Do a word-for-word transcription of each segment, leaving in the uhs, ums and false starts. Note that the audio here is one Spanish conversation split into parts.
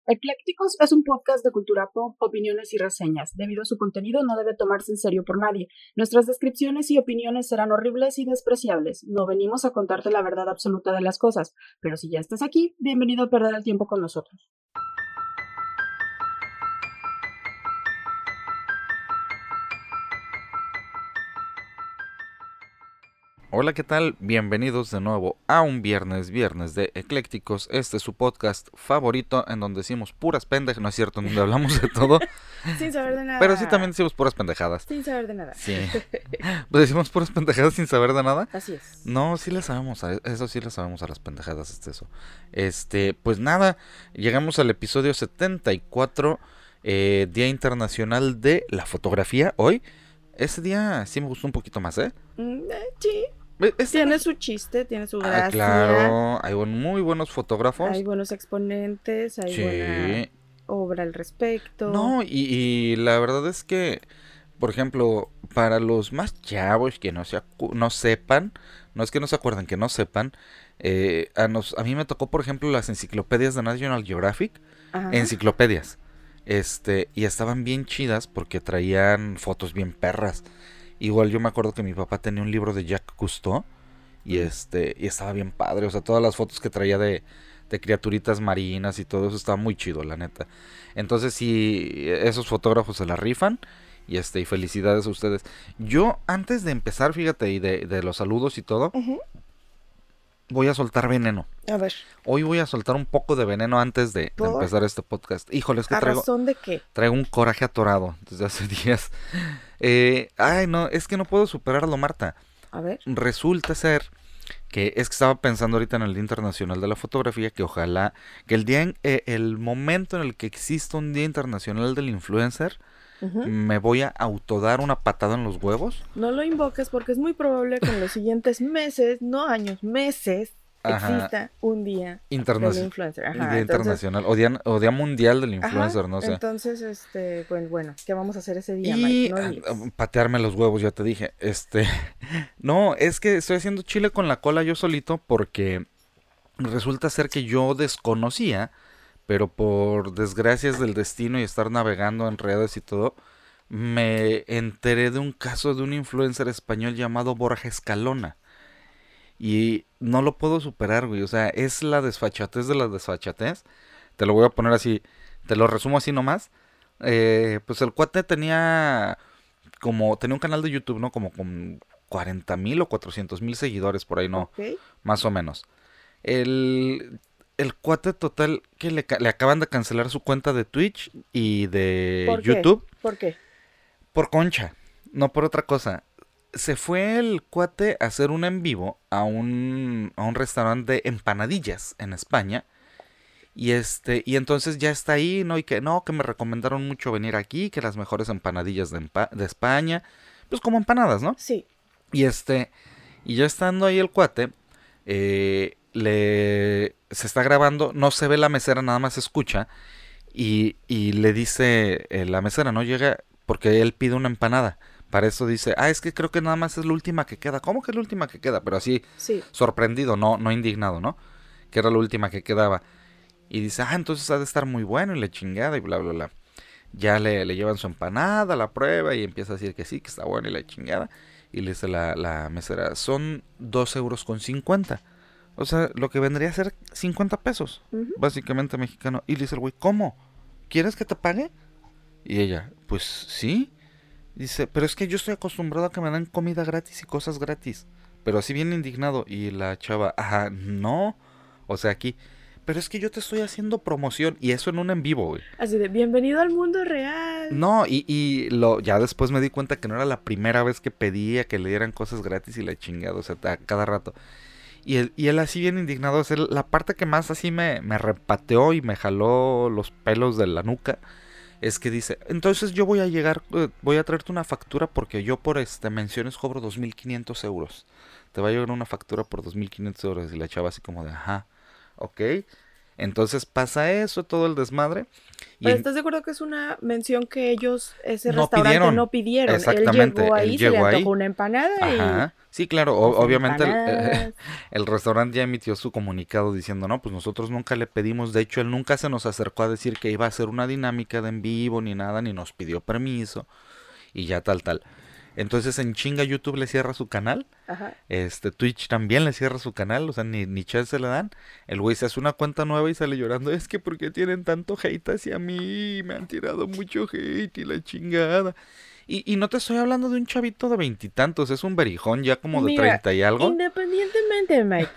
Eclécticos es un podcast de cultura pop, opiniones y reseñas. Debido a su contenido no debe tomarse en serio por nadie. Nuestras descripciones y opiniones serán horribles y despreciables. No venimos a contarte la verdad absoluta de las cosas, pero si ya estás aquí, bienvenido a perder el tiempo con nosotros. Hola, ¿qué tal? Bienvenidos de nuevo a un viernes, viernes de Eclécticos. Este es su podcast favorito en donde decimos puras pendejadas, no es cierto, en donde hablamos de todo. Sin saber de nada. Pero sí también decimos puras pendejadas. Sin saber de nada. Sí. Pues decimos puras pendejadas sin saber de nada. Así es. No, sí le sabemos, a eso sí le sabemos a las pendejadas, este eso. Este, pues nada, llegamos al episodio setenta y cuatro, eh, Día Internacional de la Fotografía. Hoy, ese día sí me gustó un poquito más, ¿eh? Mm, eh, sí. Este tiene no... su chiste, tiene su gracia. Ah, claro, hay buen, muy buenos fotógrafos. Hay buenos exponentes, hay sí. buena obra al respecto. No, y, y la verdad es que, por ejemplo, para los más chavos que no, se acu- no sepan, no es que no se acuerden, que no sepan, eh, a, nos, a mí me tocó, por ejemplo, las enciclopedias de National Geographic, Ajá. enciclopedias, este, y estaban bien chidas porque traían fotos bien perras. Igual yo me acuerdo que mi papá tenía un libro de Jacques Cousteau y este y estaba bien padre, o sea, todas las fotos que traía de, de criaturitas marinas y todo eso estaba muy chido, la neta. Entonces sí, esos fotógrafos se la rifan y este y felicidades a ustedes. Yo antes de empezar, fíjate, y de, de los saludos y todo, Uh-huh. voy a soltar veneno. A ver. Hoy voy a soltar un poco de veneno antes de, de empezar este podcast. Híjole, es que ¿A traigo... razón de qué? Traigo un coraje atorado desde hace días. Eh, ay, no, es que no puedo superarlo, Marta. A ver. Resulta ser que es que estaba pensando ahorita en el Día Internacional de la Fotografía, que ojalá, que el día, en, eh, el momento en el que exista un Día Internacional del Influencer, Uh-huh. me voy a autodar una patada en los huevos. No lo invoques porque es muy probable que en los siguientes meses, no años, meses, Ajá. exista un día Internacional. del influencer. Ajá, Día entonces, Internacional, o día, o día Mundial del Influencer, ajá, no sé. entonces, este, pues bueno, ¿qué vamos a hacer ese día, Y Mike? No ah, digas. patearme los huevos, ya te dije. Este, no, es que estoy haciendo chile con la cola yo solito porque resulta ser que yo desconocía, pero por desgracias del destino y estar navegando en redes y todo, me enteré de un caso de un influencer español llamado Borja Escalona. Y no lo puedo superar, güey. O sea, es la desfachatez de la desfachatez. Te lo voy a poner así, te lo resumo así nomás. Eh, pues el cuate tenía como, tenía un canal de YouTube, ¿no? Como con cuarenta mil o cuatrocientos mil seguidores por ahí, ¿no? Okay. Más o menos. El, el cuate total que le, le acaban de cancelar su cuenta de Twitch y de ¿Por YouTube. qué? ¿Por qué? Por concha, no por otra cosa. Se fue el cuate a hacer un en vivo a un, a un restaurante de empanadillas en España. Y este, y entonces ya está ahí, ¿no? Y que no, que me recomendaron mucho venir aquí, que las mejores empanadillas de, empa- de España. Pues como empanadas, ¿no? Sí. Y este, y ya estando ahí el cuate, eh, le se está grabando, no se ve la mesera, nada más se escucha. Y, y le dice eh, la mesera, ¿no? Llega porque él pide una empanada. Para eso dice, ah, es que creo que nada más es la última que queda. ¿Cómo que es la última que queda? Pero así, Sí. sorprendido, no, no indignado, ¿no? Que era la última que quedaba. Y dice, ah, entonces ha de estar muy bueno y la chingada y bla, bla, bla. Ya le, le llevan su empanada, la prueba y empieza a decir que sí, que está bueno y la chingada. Y le dice la, la mesera, son dos euros con cincuenta. O sea, lo que vendría a ser cincuenta pesos, Uh-huh. básicamente mexicano. Y le dice el güey, ¿cómo? ¿Quieres que te pague? Y ella, pues sí. Dice, pero es que yo estoy acostumbrado a que me dan comida gratis y cosas gratis. Pero así bien indignado. Y la chava, ajá, no. O sea, aquí, pero es que yo te estoy haciendo promoción. Y eso en un en vivo, güey. Así de, bienvenido al mundo real. No, y, y lo, ya después me di cuenta que no era la primera vez que pedía que le dieran cosas gratis y la chingada, o sea, a cada rato. Y él, y él así bien indignado, o sea, la parte que más así me, me repateó y me jaló los pelos de la nuca, es que dice, entonces yo voy a llegar, eh, voy a traerte una factura porque yo por este menciones cobro dos mil quinientos euros. Te va a llegar una factura por dos mil quinientos euros. Y la chava así como de, ajá, ok. Entonces pasa eso, todo el desmadre. Y Pero en- ¿estás de acuerdo que es una mención que ellos, ese no restaurante pidieron. no pidieron? Exactamente, Él llegó ahí, él se le llegó ahí. antojó una empanada y Ajá. Sí, claro, o- las obviamente el, empanadas. el restaurante ya emitió su comunicado diciendo, no, pues nosotros nunca le pedimos, de hecho él nunca se nos acercó a decir que iba a hacer una dinámica de en vivo ni nada, ni nos pidió permiso y ya tal, tal. Entonces en chinga YouTube le cierra su canal, Ajá. este Twitch también le cierra su canal, o sea, ni, ni chance se le dan. El güey se hace una cuenta nueva y sale llorando, es que porque tienen tanto hate hacia mí, me han tirado mucho hate y la chingada. Y, y no te estoy hablando de un chavito de veintitantos, es un berijón ya como de Mira, treinta y algo. independientemente, Mike.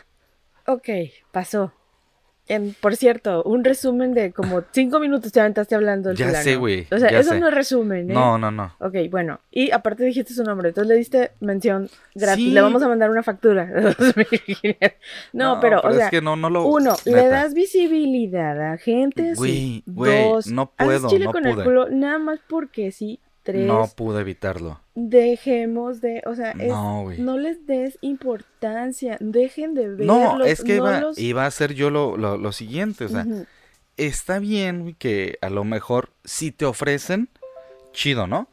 Ok, pasó. Em, por cierto, un resumen de como cinco minutos te aventaste hablando del Ya fulano. sé, güey, O sea, ya eso sé. no es resumen, ¿eh? No, no, no. Ok, bueno. Y aparte dijiste su nombre, entonces le diste mención gratis. Sí. Le vamos a mandar una factura de dos mil quinientos. No, pero, o sea, es que no, no lo... uno, le neta. das visibilidad a gente, Güey, sí. güey, Dos, no haces puedo, chile no con el pude. culo nada más porque sí. Tres, No pude evitarlo. dejemos de, o sea, es- No, güey. no les des importancia, dejen de verlos. No, es que no iba, los- iba a hacer yo lo, lo, lo siguiente, o sea, Ujú. está bien güey, que a lo mejor si te ofrecen, chido, ¿no?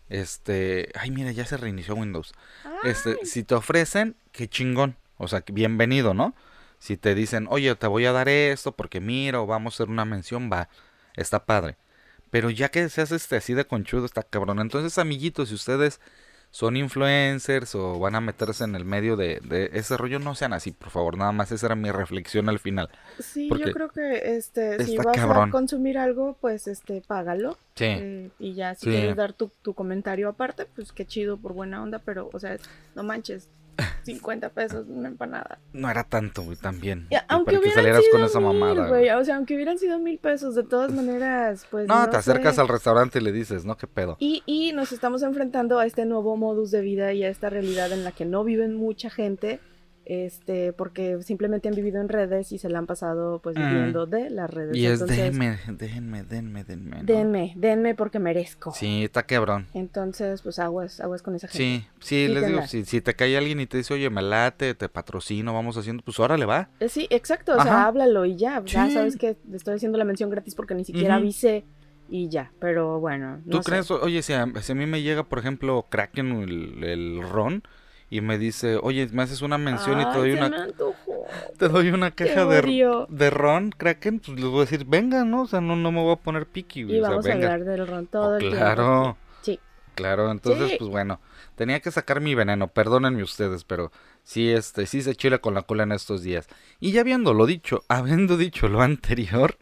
Este, ay, mira, ya se reinició Windows. Este, si te ofrecen, qué chingón, o sea, que bienvenido, ¿no? Si te dicen, oye, te voy a dar esto porque mira, o vamos a hacer una mención, va, está padre. Pero ya que seas este así de conchudo, está cabrón. Entonces, amiguitos, si ustedes son influencers o van a meterse en el medio de, de ese rollo, no sean así, por favor. Nada más esa era mi reflexión al final. Sí, porque yo creo que este, si está vas cabrón. a consumir algo, pues este, págalo. Sí. Eh, y ya si Sí. quieres dar tu, tu comentario aparte, pues qué chido por buena onda, pero, o sea, no manches, cincuenta pesos una empanada. No era tanto, güey, también. Y Y aunque para que hubieran salieras sido con esa mil, mamada, güey, güey. o sea, aunque hubieran sido mil pesos, de todas maneras, pues No, no te acercas sé. al restaurante y le dices, ¿no? ¿Qué pedo? Y, y nos estamos enfrentando a este nuevo modus de vida y a esta realidad en la que no viven mucha gente, este, porque simplemente han vivido en redes y se la han pasado pues Mm. viviendo de las redes. Y es, Entonces, déjenme, déjenme, denme, denme, ¿no? denme, denme porque merezco. Sí, está cabrón. Entonces, pues aguas, aguas con esa gente. Sí, sí, les digo, Quítenla. si, si te cae alguien y te dice, oye, me late, te patrocino, vamos haciendo, pues órale, va. Eh, Sí, exacto, o sea, Ajá. háblalo y ya, ya Sí. sabes que le estoy haciendo la mención gratis porque ni siquiera Ujú. avisé y ya, pero bueno, no ¿Tú sé. crees, oye, si a, si a mí me llega, por ejemplo, Kraken, el, el ron, y me dice, oye, me haces una mención y te Ay, doy se una, me antojó. te doy una Te caja de, odio. de ron, Kraken, pues les voy a decir, venga, ¿no? O sea, no, no me voy a poner piqui, güey, Y o sea, vamos a venga. hablar del ron todo Oh, el claro. tiempo. Sí. Claro, entonces, Sí. pues bueno, tenía que sacar mi veneno, perdónenme ustedes, pero sí, este, sí se chila con la cola en estos días. Y ya habiéndolo dicho, habiendo dicho lo anterior,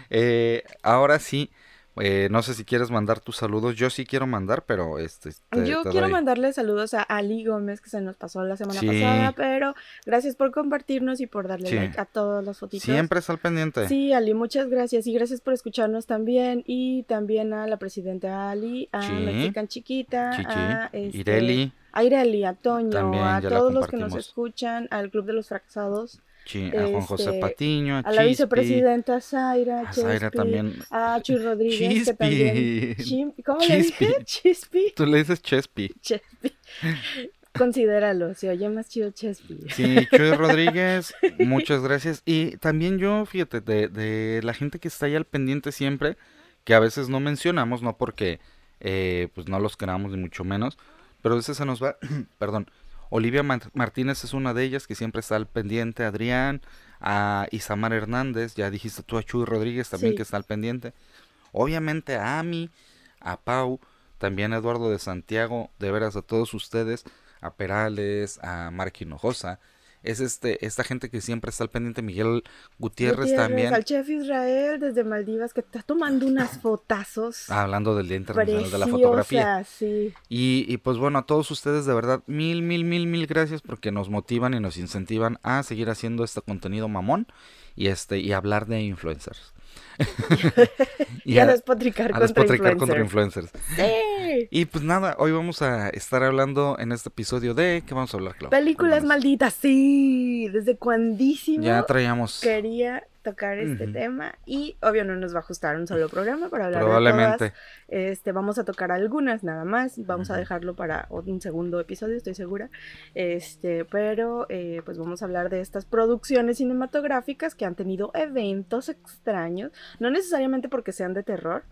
eh, ahora sí, eh, no sé si quieres mandar tus saludos, yo sí quiero mandar, pero este, te, Yo te quiero doy- mandarle saludos a Ali Gómez, que se nos pasó la semana Sí. pasada, pero gracias por compartirnos y por darle Sí. like a todas las fotitos. Siempre está al pendiente. Sí, Ali, muchas gracias. Y gracias por escucharnos también. Y también a la presidenta Ali, a Sí. Mexican Chiquita, Chichi, a este, Ireli, a Ireli, a Toño, También a ya la todos los que nos compartimos. escuchan, al Club de los Fracasados, chi- a Juan José este, Patiño, a, a la Chispi, vicepresidenta Zaira, a Zaira Chespi, también. a Chuy Rodríguez, que también... Chispi. Chim- ¿Cómo le dije? Chispi. Chispi. Tú le dices Chespi. Chespi. Considéralo, se oye más chido Chespi. Sí, Chuy Rodríguez, muchas gracias. Y también yo, fíjate, de, de la gente que está ahí al pendiente siempre, que a veces no mencionamos, no porque eh, pues no los queramos ni mucho menos, pero a veces se nos va, perdón, Olivia Ma- Martínez es una de ellas que siempre está al pendiente, Adrián, a Isamar Hernández, ya dijiste tú a Chuy Rodríguez también Sí. que está al pendiente, obviamente a Ami, a Pau, también a Eduardo de Santiago, de veras a todos ustedes, a Perales, a Mark Hinojosa, es este, esta gente que siempre está al pendiente, Miguel Gutiérrez, Gutiérrez, también, al chef Israel desde Maldivas que está tomando unas fotazos hablando del Día Internacional de la Fotografía. preciosas, sí. Y, y pues bueno, a todos ustedes de verdad, mil, mil, mil, mil gracias porque nos motivan y nos incentivan a seguir haciendo este contenido mamón y este y hablar de influencers. Y a despotricar a contra despotricar contra influencers. influencers. Sí. Y pues nada, hoy vamos a estar hablando en este episodio de... ¿Qué vamos a hablar, Clau? Películas Cuéntanos. malditas, sí. Desde cuandísimo Ya traíamos... quería tocar este Ujú. tema y obvio no nos va a ajustar un solo programa para hablar de Probablemente. todas. Este, vamos a tocar algunas nada más, vamos a Ujú. dejarlo para un segundo episodio, estoy segura. Este, pero eh, pues vamos a hablar de estas producciones cinematográficas que han tenido eventos extraños, no necesariamente porque sean de terror.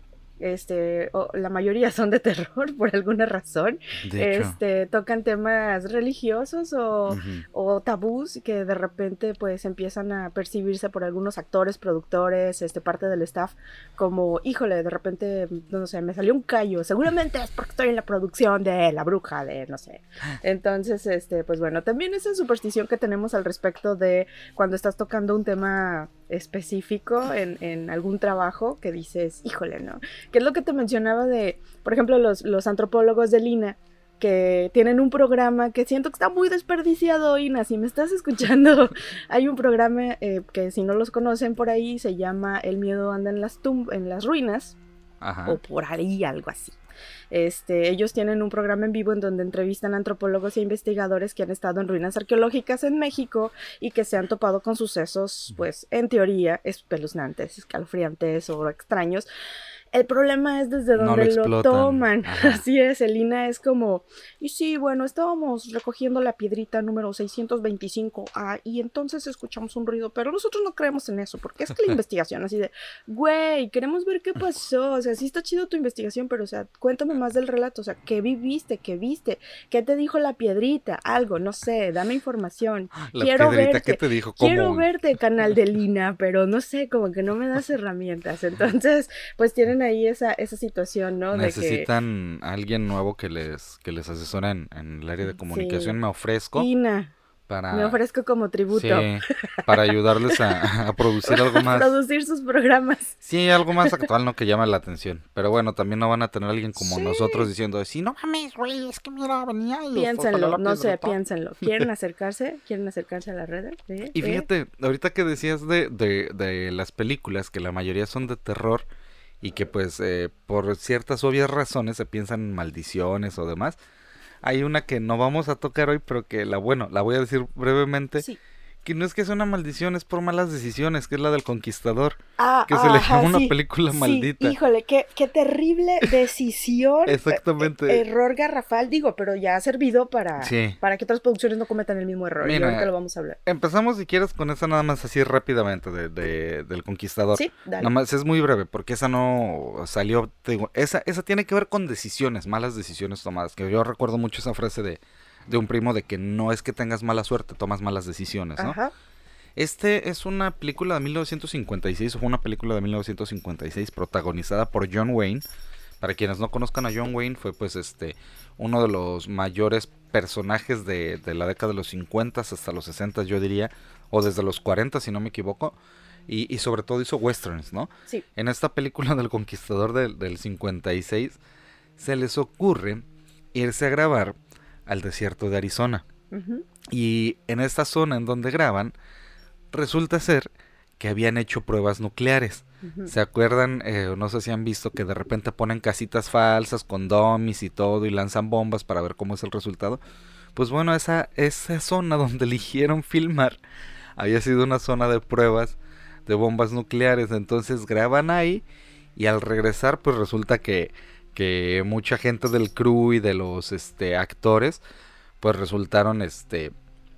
Este, o la mayoría son de terror por alguna razón. De hecho. Este, tocan temas religiosos o, Ujú. o tabús que de repente pues empiezan a percibirse por algunos actores, productores, este, parte del staff, como, híjole, de repente, no sé, me salió un callo, seguramente es porque estoy en la producción de La Bruja, de no sé. Entonces, este, pues bueno, también esa superstición que tenemos al respecto de cuando estás tocando un tema específico en, en algún trabajo que dices, híjole, ¿no? Que es lo que te mencionaba de, por ejemplo, los, los antropólogos de Lina, que tienen un programa que siento que está muy desperdiciado, Ina, si me estás escuchando, hay un programa eh, que si no los conocen por ahí, se llama El miedo anda en las, tum- en las ruinas, Ajá. o por ahí, algo así. Este, ellos tienen un programa en vivo en donde entrevistan a antropólogos e investigadores que han estado en ruinas arqueológicas en México y que se han topado con sucesos, pues, en teoría, espeluznantes, escalofriantes o extraños. El problema es desde No lo donde lo, explotan. toman. Ajá. Así es, Elina es como, y sí, bueno, estábamos recogiendo la piedrita número seiscientos veinticinco A y entonces escuchamos un ruido, pero nosotros no creemos en eso, porque es que la investigación así de, güey, queremos ver qué pasó, o sea, sí está chido tu investigación, pero o sea, cuéntame más del relato, o sea, ¿qué viviste? ¿Qué viste? ¿Qué te dijo la piedrita? Algo, no sé, dame información. La Quiero piedrita, verte. ¿qué te dijo? Quiero ¿Cómo? verte, canal de Lina, pero no sé, como que no me das herramientas. Entonces, pues tienen ahí esa, esa situación, ¿no? De que Necesitan a alguien nuevo que les, que les asesore en, en el área de comunicación. sí, Me ofrezco Ina, me para, ofrezco como tributo sí, para ayudarles a, a producir algo a más. producir sus programas. Sí, algo más actual, ¿no? Que llama la atención. Pero bueno, también no van a tener a alguien como Sí. nosotros diciendo, sí, no mames, güey, es que mira, venía y Piénsenlo, no sé, piénsenlo. piénsenlo. ¿Quieren acercarse? ¿Quieren acercarse a las redes? ¿Eh? Y ¿Eh? fíjate, ahorita que decías de, de, de las películas, que la mayoría son de terror y que pues eh, por ciertas obvias razones se piensan en maldiciones o demás. Hay una que no vamos a tocar hoy, pero que la, bueno, la voy a decir brevemente, Sí. que no es que sea una maldición, es por malas decisiones, que es la del Conquistador, Ah, que se le ajá, llama una sí, película sí, maldita. híjole, qué, qué terrible decisión. Exactamente. Eh, error garrafal, digo, pero ya ha servido para, Sí. para que otras producciones no cometan el mismo error. Y Mira, ahorita lo vamos a hablar. Empezamos si quieres con esa nada más así rápidamente de, de- del Conquistador. Sí, dale. Nada más es muy breve porque esa no salió, te digo, esa, esa tiene que ver con decisiones, malas decisiones tomadas. Que yo recuerdo mucho esa frase de, de un primo de que no es que tengas mala suerte, tomas malas decisiones, ¿no? Ajá. Este es una película de mil novecientos cincuenta y seis, o fue una película de mil novecientos cincuenta y seis protagonizada por John Wayne. Para quienes no conozcan a John Wayne, fue pues este uno de los mayores personajes de, de la década de los cincuenta hasta los sesenta, yo diría, o desde los cuarenta si no me equivoco, y, y sobre todo hizo westerns, ¿no? Sí. En esta película del Conquistador del, del cincuenta y seis se les ocurre irse a grabar al desierto de Arizona. Ujú. Y en esta zona en donde graban, resulta ser que habían hecho pruebas nucleares. Ujú. ¿Se acuerdan? Eh, no sé si han visto que de repente ponen casitas falsas con dummies y todo y lanzan bombas para ver cómo es el resultado. Pues bueno, esa, esa zona donde eligieron filmar había sido una zona de pruebas de bombas nucleares. Entonces graban ahí y al regresar pues resulta que, que mucha gente del crew y de los este, actores pues resultaron este,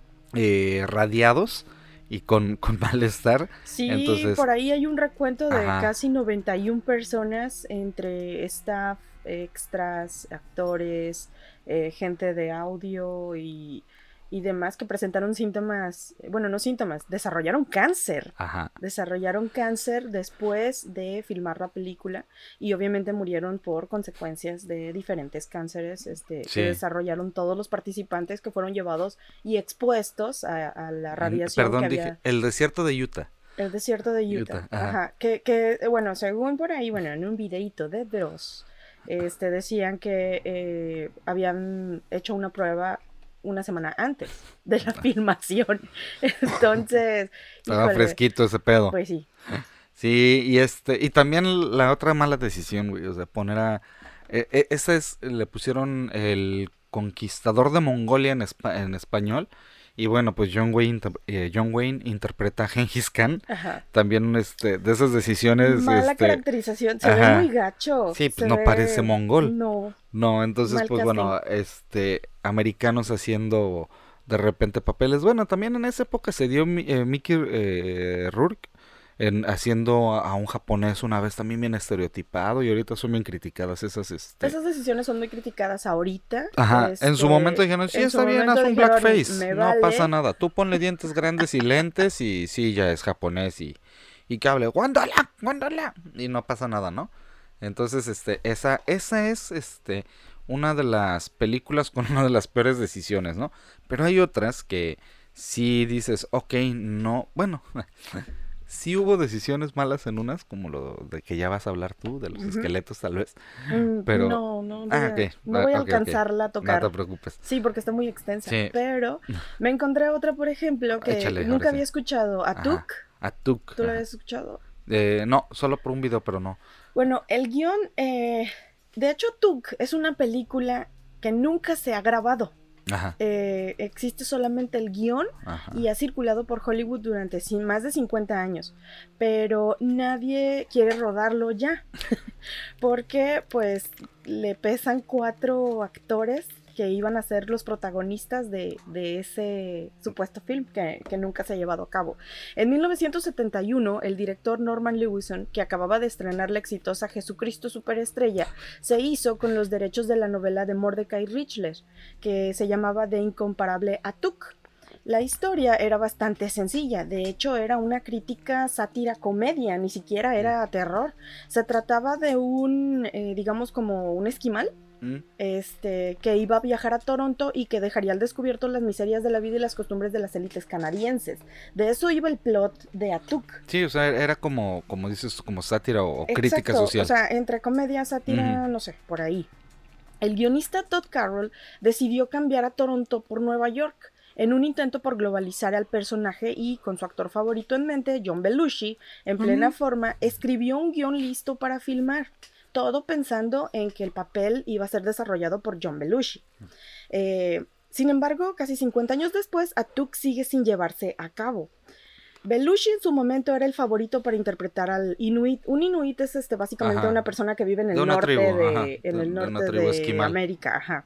eh, radiados y con, con malestar. Sí, Entonces, por ahí hay un recuento de ajá. casi noventa y una personas entre staff, extras, actores, eh, gente de audio y, y demás que presentaron síntomas, bueno, no síntomas, desarrollaron cáncer. Ajá. Desarrollaron cáncer después de filmar la película y obviamente murieron por consecuencias de diferentes cánceres este, Sí. que desarrollaron todos los participantes que fueron llevados y expuestos a, a la radiación Perdón, que dije, había. el desierto de Utah. El desierto de Utah. Utah, ajá. Ajá. Que, que, bueno, según por ahí, bueno, en un videíto de Dross, este, decían que eh, habían hecho una prueba una semana antes de la filmación. Entonces, Estaba híjole, fresquito ese pedo. pues sí. Sí, y este, y también la otra mala decisión, güey, o sea, poner a, eh, eh, esa es, le pusieron el Conquistador de Mongolia en, espa- en español, Y bueno, pues John Wayne, eh, John Wayne interpreta a Gengis Khan. Ajá. También este, de esas decisiones. Mala este, caracterización, se ajá. ve muy gacho. Sí, pues se no ve... parece mongol. No. No, entonces Mal pues casting. bueno, este, americanos haciendo de repente papeles. Bueno, también en esa época se dio mi- eh, Mickey eh, Rourke en haciendo a, a un japonés una vez también bien estereotipado y ahorita son bien criticadas esas este. Esas decisiones son muy criticadas ahorita. Ajá, este, en su momento dijeron, sí, en su está bien, haz momento un dijeron, blackface, "Me no vale". pasa nada, tú ponle dientes grandes y lentes y sí, ya es japonés y, y que hable, guándala, guándala, y no pasa nada, ¿no? Entonces, este, esa, esa es, este, una de las películas con una de las peores decisiones, ¿no? Pero hay otras que sí dices, ok, no, bueno, sí hubo decisiones malas en unas, como lo de que ya vas a hablar tú, de los Ujú. esqueletos tal vez, Mm, pero... No, no voy, Ah, a, ok, no ah, voy a ok, ok. alcanzarla a No tocar. te preocupes. Sí, porque está muy extensa. Sí. Pero me encontré otra, por ejemplo, que Échale, ahora nunca sí. había escuchado. Ajá. Atuk. Atuk. ¿Tú lo ajá. habías escuchado? Eh, no, solo por un video, pero no. Bueno, el guión, eh, de hecho, Tuk es una película que nunca se ha grabado. Ajá, Eh, existe solamente el guión ajá. y ha circulado por Hollywood durante cin- más de cincuenta años, pero nadie quiere rodarlo ya, porque pues le pesan cuatro actores que iban a ser los protagonistas de, de ese supuesto film que, que nunca se ha llevado a cabo. En mil novecientos setenta y uno, el director Norman Lewison, que acababa de estrenar la exitosa Jesucristo Superestrella, se hizo con los derechos de la novela de Mordecai Richler, que se llamaba The Incomparable Atuk. La historia era bastante sencilla, de hecho era una crítica, sátira, comedia, ni siquiera era terror. Se trataba de un, eh, digamos como un esquimal, Mm. este, que iba a viajar a Toronto y que dejaría al descubierto las miserias de la vida y las costumbres de las élites canadienses. De eso iba el plot de Atuk. Sí, o sea, era como, como dices, como sátira o crítica Exacto, social. o sea, entre comedia, sátira, Ujú. no sé, por ahí. El guionista Todd Carroll decidió cambiar a Toronto por Nueva York en un intento por globalizar al personaje y, con su actor favorito en mente, John Belushi, en plena Ujú. forma, escribió un guión listo para filmar, todo pensando en que el papel iba a ser desarrollado por John Belushi. Eh, sin embargo, casi cincuenta años después, Atuk sigue sin llevarse a cabo. Belushi en su momento era el favorito para interpretar al Inuit. Un Inuit es este, básicamente Ajá. una persona que vive en el De una norte, tribu, de, ajá, en de- el de una norte tribu de esquimal. América. Ajá.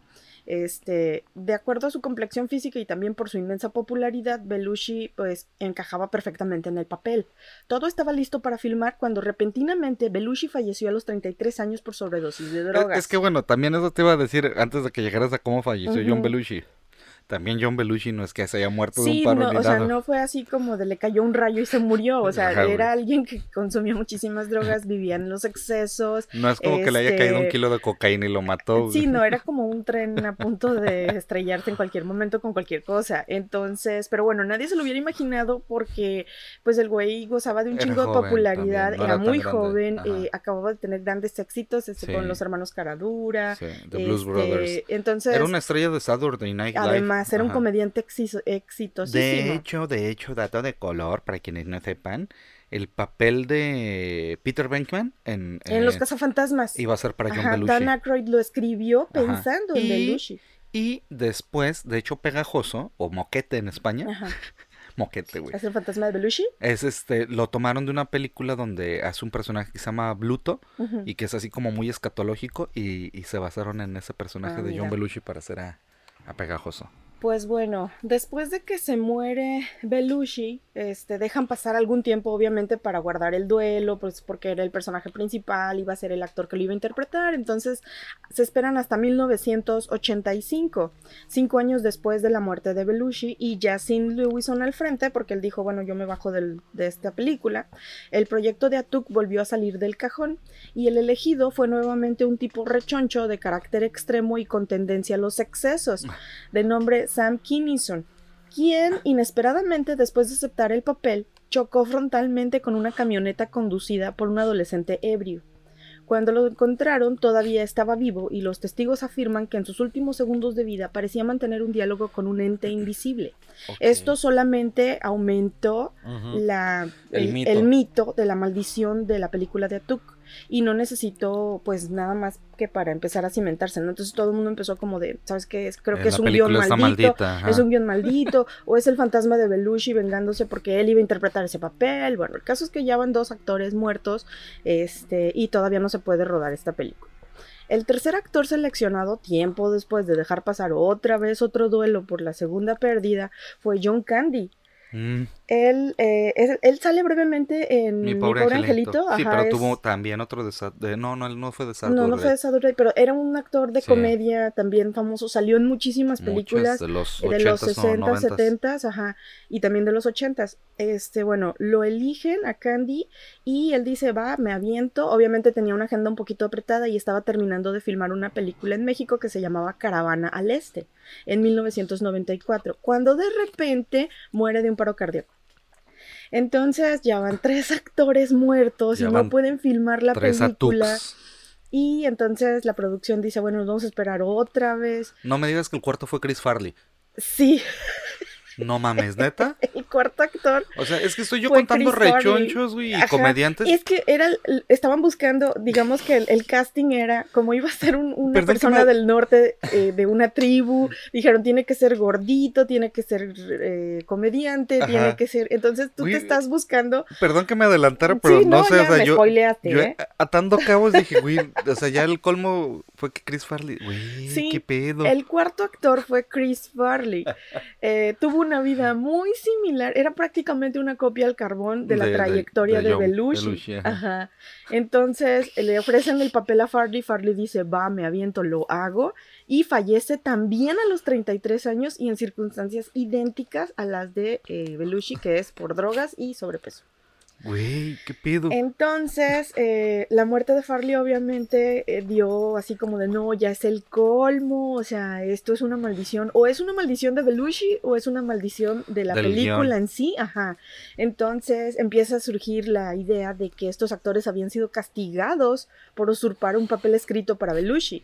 Este, de acuerdo a su complexión física y también por su inmensa popularidad, Belushi pues encajaba perfectamente en el papel. Todo estaba listo para filmar cuando repentinamente Belushi falleció a los treinta y tres años por sobredosis de Es, drogas. es que bueno, también eso te iba a decir antes de que llegaras a cómo falleció Ujú. John Belushi. También John Belushi no es que se haya muerto de un Sí, paro no, ni o sea, nada. no fue así como de le cayó un rayo y se murió, o sea, Ajá, güey. era alguien que consumía muchísimas drogas, vivía en los excesos. No es como que le haya caído un este, kilo de cocaína y lo mató. Sí, güey. no, era como un tren a punto de estrellarse en cualquier momento con cualquier cosa. Entonces, pero bueno, nadie se lo hubiera imaginado porque pues el güey gozaba de un Era chingo de joven popularidad, también, no era, era tan muy grande. joven, Ajá. eh, acababa de tener grandes éxitos este, Sí. con los hermanos Caradura. Sí, The Blues este, Brothers. Entonces, Era una estrella de Saturday Night Live. además, era un Ajá. comediante exis- exitosísimo. De hecho, de hecho, dato de color, para quienes no sepan, el papel de Peter Venkman en, En Los eh, Cazafantasmas. iba a ser para John Ajá, Belushi. Dan Aykroyd lo escribió Ajá. pensando en Y- Belushi. Y después, de hecho, Pegajoso, o Moquete en España, Ajá. Moquete, güey. ¿Es el fantasma de Belushi? Es este, lo tomaron de una película donde hace un personaje que se llama Bluto Ujú. y que es así como muy escatológico y, y se basaron en ese personaje Ah, de John mira. Belushi para hacer a, a Pegajoso. Pues bueno, después de que se muere Belushi, este, dejan pasar algún tiempo obviamente para guardar el duelo, pues porque era el personaje principal, iba a ser el actor que lo iba a interpretar, entonces se esperan hasta mil novecientos ochenta y cinco, cinco años después de la muerte de Belushi y ya sin Lewison al frente, porque él dijo, bueno, yo me bajo del, de esta película, el proyecto de Atuk volvió a salir del cajón y el elegido fue nuevamente un tipo rechoncho de carácter extremo y con tendencia a los excesos, de nombre Sam Kinison, quien inesperadamente después de aceptar el papel chocó frontalmente con una camioneta conducida por un adolescente ebrio. Cuando lo encontraron todavía estaba vivo y los testigos afirman que en sus últimos segundos de vida parecía mantener un diálogo con un ente invisible. Okay. Esto solamente aumentó uh-huh. la, el, el, mito. el mito de la maldición de la película de Atuk. Y no necesitó pues nada más que para empezar a cimentarse, ¿no? Entonces todo el mundo empezó como de, ¿sabes qué? Es, creo eh, que es un guión maldito, maldita, es un guión maldito, o es el fantasma de Belushi vengándose porque él iba a interpretar ese papel. Bueno, el caso es que ya van dos actores muertos, este, y todavía no se puede rodar esta película. El tercer actor seleccionado, tiempo después de dejar pasar otra vez otro duelo por la segunda pérdida, fue John Candy. Mm. Él, eh, es, él sale brevemente en Mi pobre, Mi pobre Angelito. Angelito. Sí, Ajá, pero es... tuvo también otro de, de... No, no, él no fue de Saturday. No, no fue de Saturday, pero era un actor de sí. comedia también famoso. Salió en muchísimas películas. Muchas, de los de los sesenta, setenta, ajá, y también de los ochenta. Este, bueno, lo eligen a Candy y él dice, va, me aviento. Obviamente tenía una agenda un poquito apretada y estaba terminando de filmar una película en México que se llamaba Caravana al Este, en mil novecientos noventa y cuatro, cuando de repente muere de un paro cardíaco. Entonces ya van tres actores muertos ya y no pueden filmar la película. Atucs. Y entonces la producción dice, bueno, nos vamos a esperar otra vez. No me digas que el cuarto fue Chris Farley. Sí. No mames, ¿neta? El cuarto actor. O sea, es que estoy yo contando Chris rechonchos, güey, y Ajá. comediantes. Y es que era, estaban buscando, digamos que el, el casting era, como iba a ser un, una Perdón persona me... del norte, eh, de una tribu, dijeron, tiene que ser gordito, tiene que ser eh, comediante, Ajá. tiene que ser, entonces tú güey, te estás buscando. Perdón que me adelantara, pero sí, no, no sé, ya o sea, me yo, spoileaste, yo ¿eh? atando cabos dije, güey, o sea, ya el colmo fue que Chris Farley, güey, sí, qué pedo. El cuarto actor fue Chris Farley, eh, tuvo una vida muy similar, era prácticamente una copia al carbón de la de, trayectoria de, de, de Belushi. Belushi ajá. Ajá. Entonces le ofrecen el papel a Farley, Farley dice, va, me aviento, lo hago, y fallece también a los treinta y tres años y en circunstancias idénticas a las de eh, Belushi, que es por drogas y sobrepeso. Güey, qué pedo. Entonces, eh, la muerte de Farley obviamente eh, dio así como de no, ya es el colmo, o sea, esto es una maldición, o es una maldición de Belushi o es una maldición de la Del película guión. En sí, ajá. Entonces empieza a surgir la idea de que estos actores habían sido castigados por usurpar un papel escrito para Belushi.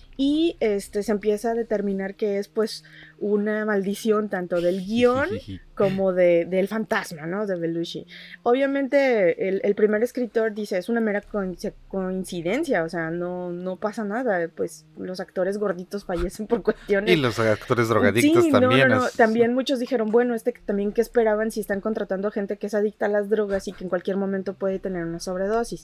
Y este, se empieza a determinar que es pues una maldición tanto del guión como de, del fantasma, ¿no? De Belushi. Obviamente el, el primer escritor dice es una mera coincidencia, o sea, no, no pasa nada, pues los actores gorditos fallecen por cuestiones. Y los actores drogadictos sí, también. No, no, no. Es... También muchos dijeron, bueno, este también qué esperaban si están contratando a gente que es adicta a las drogas y que en cualquier momento puede tener una sobredosis.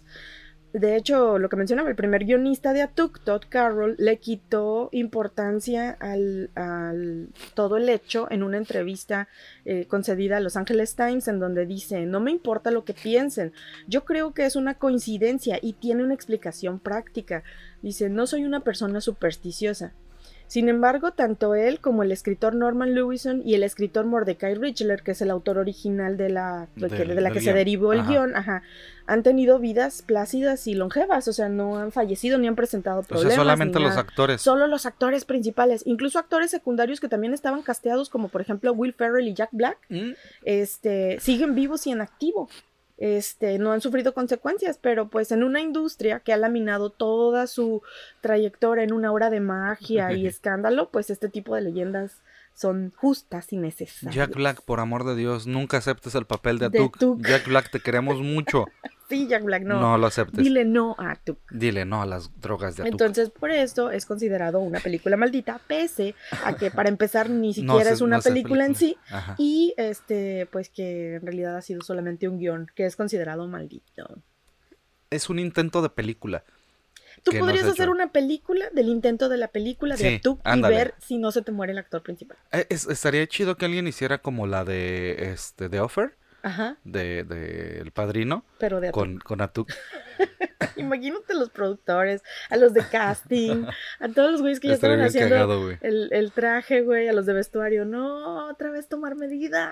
De hecho, lo que mencionaba, el primer guionista de Atuk, Todd Carroll, le quitó importancia al, al todo el hecho en una entrevista eh, concedida a Los Angeles Times, en donde dice, no me importa lo que piensen, yo creo que es una coincidencia y tiene una explicación práctica. Dice, no soy una persona supersticiosa. Sin embargo, tanto él como el escritor Norman Lewison y el escritor Mordecai Richler, que es el autor original de la, de, de, de la que guión. se derivó el ajá. guión, ajá, han tenido vidas plácidas y longevas, o sea, no han fallecido ni han presentado problemas. O sea, solamente los actores. Solo los actores principales, incluso actores secundarios que también estaban casteados, como por ejemplo Will Ferrell y Jack Black, ¿Mm? este, siguen vivos y en activo. Este, no han sufrido consecuencias, pero pues en una industria que ha laminado toda su trayectoria en una hora de magia y escándalo, pues este tipo de leyendas son justas y necesarias. Jack Black, por amor de Dios, nunca aceptes el papel de Atuk. De Jack Black, te queremos mucho. Sí, Jack Black, no. No lo aceptes. Dile no a Atuk. Dile no a las drogas de Atuk. Entonces, por esto es considerado una película maldita, pese a que para empezar ni siquiera no se, es una no película, película en sí. Ajá. Y este, pues que en realidad ha sido solamente un guión que es considerado maldito. Es un intento de película. Tú podrías no hacer hecho. una película del intento de la película de sí, Atuk y ver si no se te muere el actor principal. Eh, es, estaría chido que alguien hiciera como la de este The Offer. Ajá. De, de El Padrino. Pero de Atuk. Con, con Atuk. Imagínate los productores, a los de casting, a todos los güeyes que ya estaban haciendo cagado, el, el traje, güey, a los de vestuario. No, otra vez tomar medidas.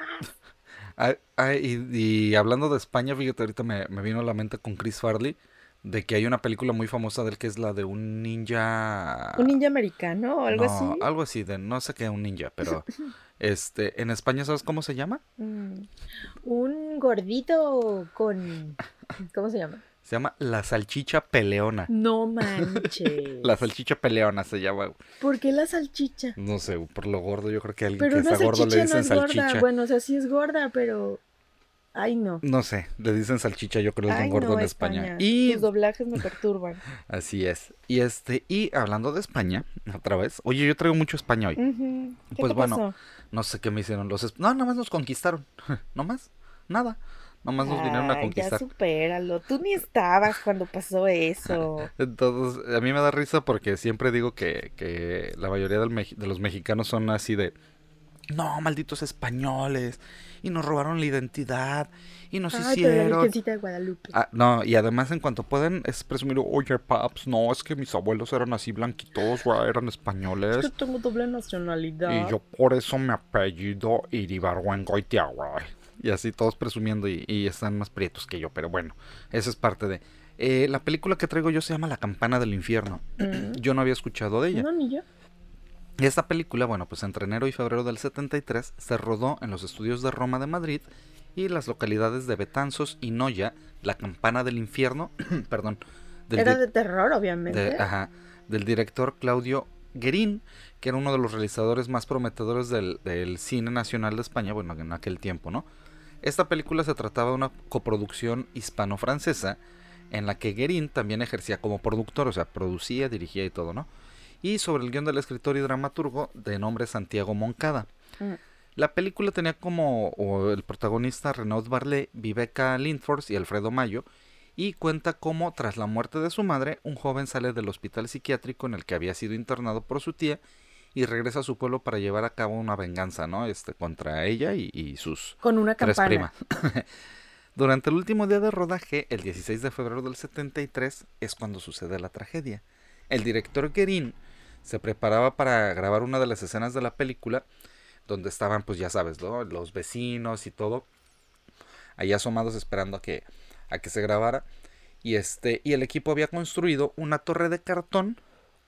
Ay, ay, y, y hablando de España, fíjate, ahorita me, me vino a la mente con Chris Farley, de que hay una película muy famosa de él que es la de un ninja... ¿Un ninja americano o algo no, así? algo así, de no sé qué, un ninja, pero... este, en España, ¿sabes cómo se llama? Mm, un gordito con... ¿Cómo se llama? Se llama La Salchicha Peleona. No manches. La Salchicha Peleona se llama. ¿Por qué la salchicha? No sé, por lo gordo, yo creo que a alguien Pero que una está gordo le salchicha dicen no es salchicha. gorda. Bueno, o sea, sí es gorda, pero... Ay, no. No sé, le dicen salchicha, yo creo que es Ay, un gordo no, en España. España. Y Tus doblajes me perturban. así es. Y este, y hablando de España, otra vez. Oye, yo traigo mucho España hoy. Ujú. ¿Qué Pues te bueno, pasó? no sé qué me hicieron los... es- No, nada más nos conquistaron. No más, nada. Nada más nos vinieron a Ay, ya conquistar. supéralo. Tú ni estabas cuando pasó eso. Entonces, a mí me da risa porque siempre digo que, que la mayoría del meji- de los mexicanos son así de... No, malditos españoles. Y nos robaron la identidad. Y nos Ay, pero la hicieron... Virgencita de Guadalupe. Ah, no, y además en cuanto pueden es presumir, oye, paps, no, es que mis abuelos eran así blanquitos, güey, eran Es españoles. que tengo doble nacionalidad. Y yo por eso me apellido Iribargüengoitia, güey. Y así todos presumiendo y, y están más prietos que yo, pero bueno, eso es parte de... Eh, la película que traigo yo se llama La Campana del Infierno. Mm. Yo no había escuchado de ella. No, ni yo. Y esta película, bueno, pues entre enero y febrero del setenta y tres se rodó en los estudios de Roma de Madrid y las localidades de Betanzos y Noya, La Campana del Infierno, perdón, del, Era di- de terror, obviamente. de- ajá, del director Claudio Guerín, que era uno de los realizadores más prometedores del, del cine nacional de España, bueno, en aquel tiempo, ¿no? Esta película se trataba de una coproducción hispano-francesa en la que Guerín también ejercía como productor, o sea, producía, dirigía y todo, ¿no? Y sobre el guión del escritor y dramaturgo de nombre Santiago Moncada. Mm. La película tenía como o el protagonista Renaud Barlé, Viveca Lindfors y Alfredo Mayo, y cuenta cómo tras la muerte de su madre, un joven sale del hospital psiquiátrico en el que había sido internado por su tía y regresa a su pueblo para llevar a cabo una venganza, ¿no? Este, contra ella y, y sus Con una tres campana. primas. Durante el último día de rodaje, el dieciséis de febrero del setenta y tres, es cuando sucede la tragedia. El director Guerín se preparaba para grabar una de las escenas de la película donde estaban, pues ya sabes, ¿no? Los vecinos y todo ahí asomados esperando a que, a que se grabara. Y este, y el equipo había construido una torre de cartón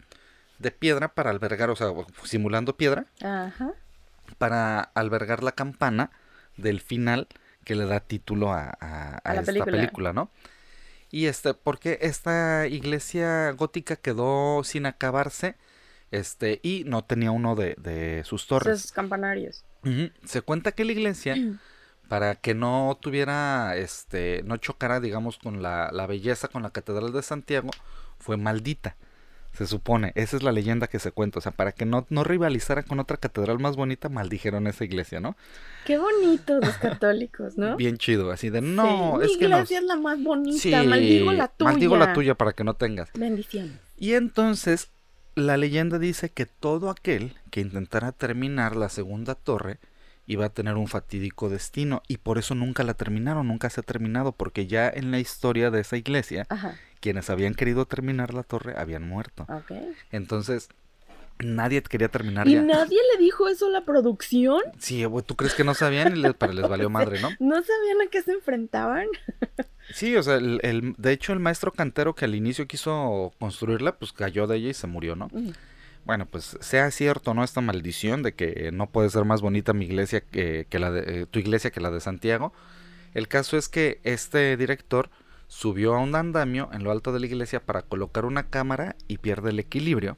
de piedra para albergar, o sea, simulando piedra, Ajá. para albergar la campana del final que le da título a, a, a A la esta película. película, ¿no? Y este, porque esta iglesia gótica quedó sin acabarse, este, y no tenía uno de, de sus torres. Esos campanarios. Ujú. Se cuenta que la iglesia, para que no tuviera, este, no chocara, digamos, con la, la belleza, con la Catedral de Santiago, fue maldita. Se supone, esa es la leyenda que se cuenta, o sea, para que no, no rivalizara con otra catedral más bonita, maldijeron esa iglesia, ¿no? Qué bonitos los católicos, ¿no? Bien chido, así de, no, Sí, es mi que nos... iglesia es la más bonita, Sí, maldigo la tuya. maldigo la tuya para que no tengas. Bendiciones. Y entonces, la leyenda dice que todo aquel que intentara terminar la segunda torre iba a tener un fatídico destino, y por eso nunca la terminaron, nunca se ha terminado, porque ya en la historia de esa iglesia, Ajá, quienes habían querido terminar la torre habían muerto. ok. Entonces, nadie quería terminar ¿Y ya. nadie le dijo eso a la producción? Sí, güey, ¿tú crees que no sabían? Y les, pero les valió madre, ¿no? ¿No sabían a qué se enfrentaban? Sí, o sea, el, el- de hecho el maestro cantero que al inicio quiso construirla, pues cayó de ella y se murió, ¿no? Mm. Bueno, pues sea cierto, ¿no? Esta maldición de que no puede ser más bonita mi iglesia que, que la de, eh, tu iglesia que la de Santiago. El caso es que este director subió a un andamio en lo alto de la iglesia para colocar una cámara y pierde el equilibrio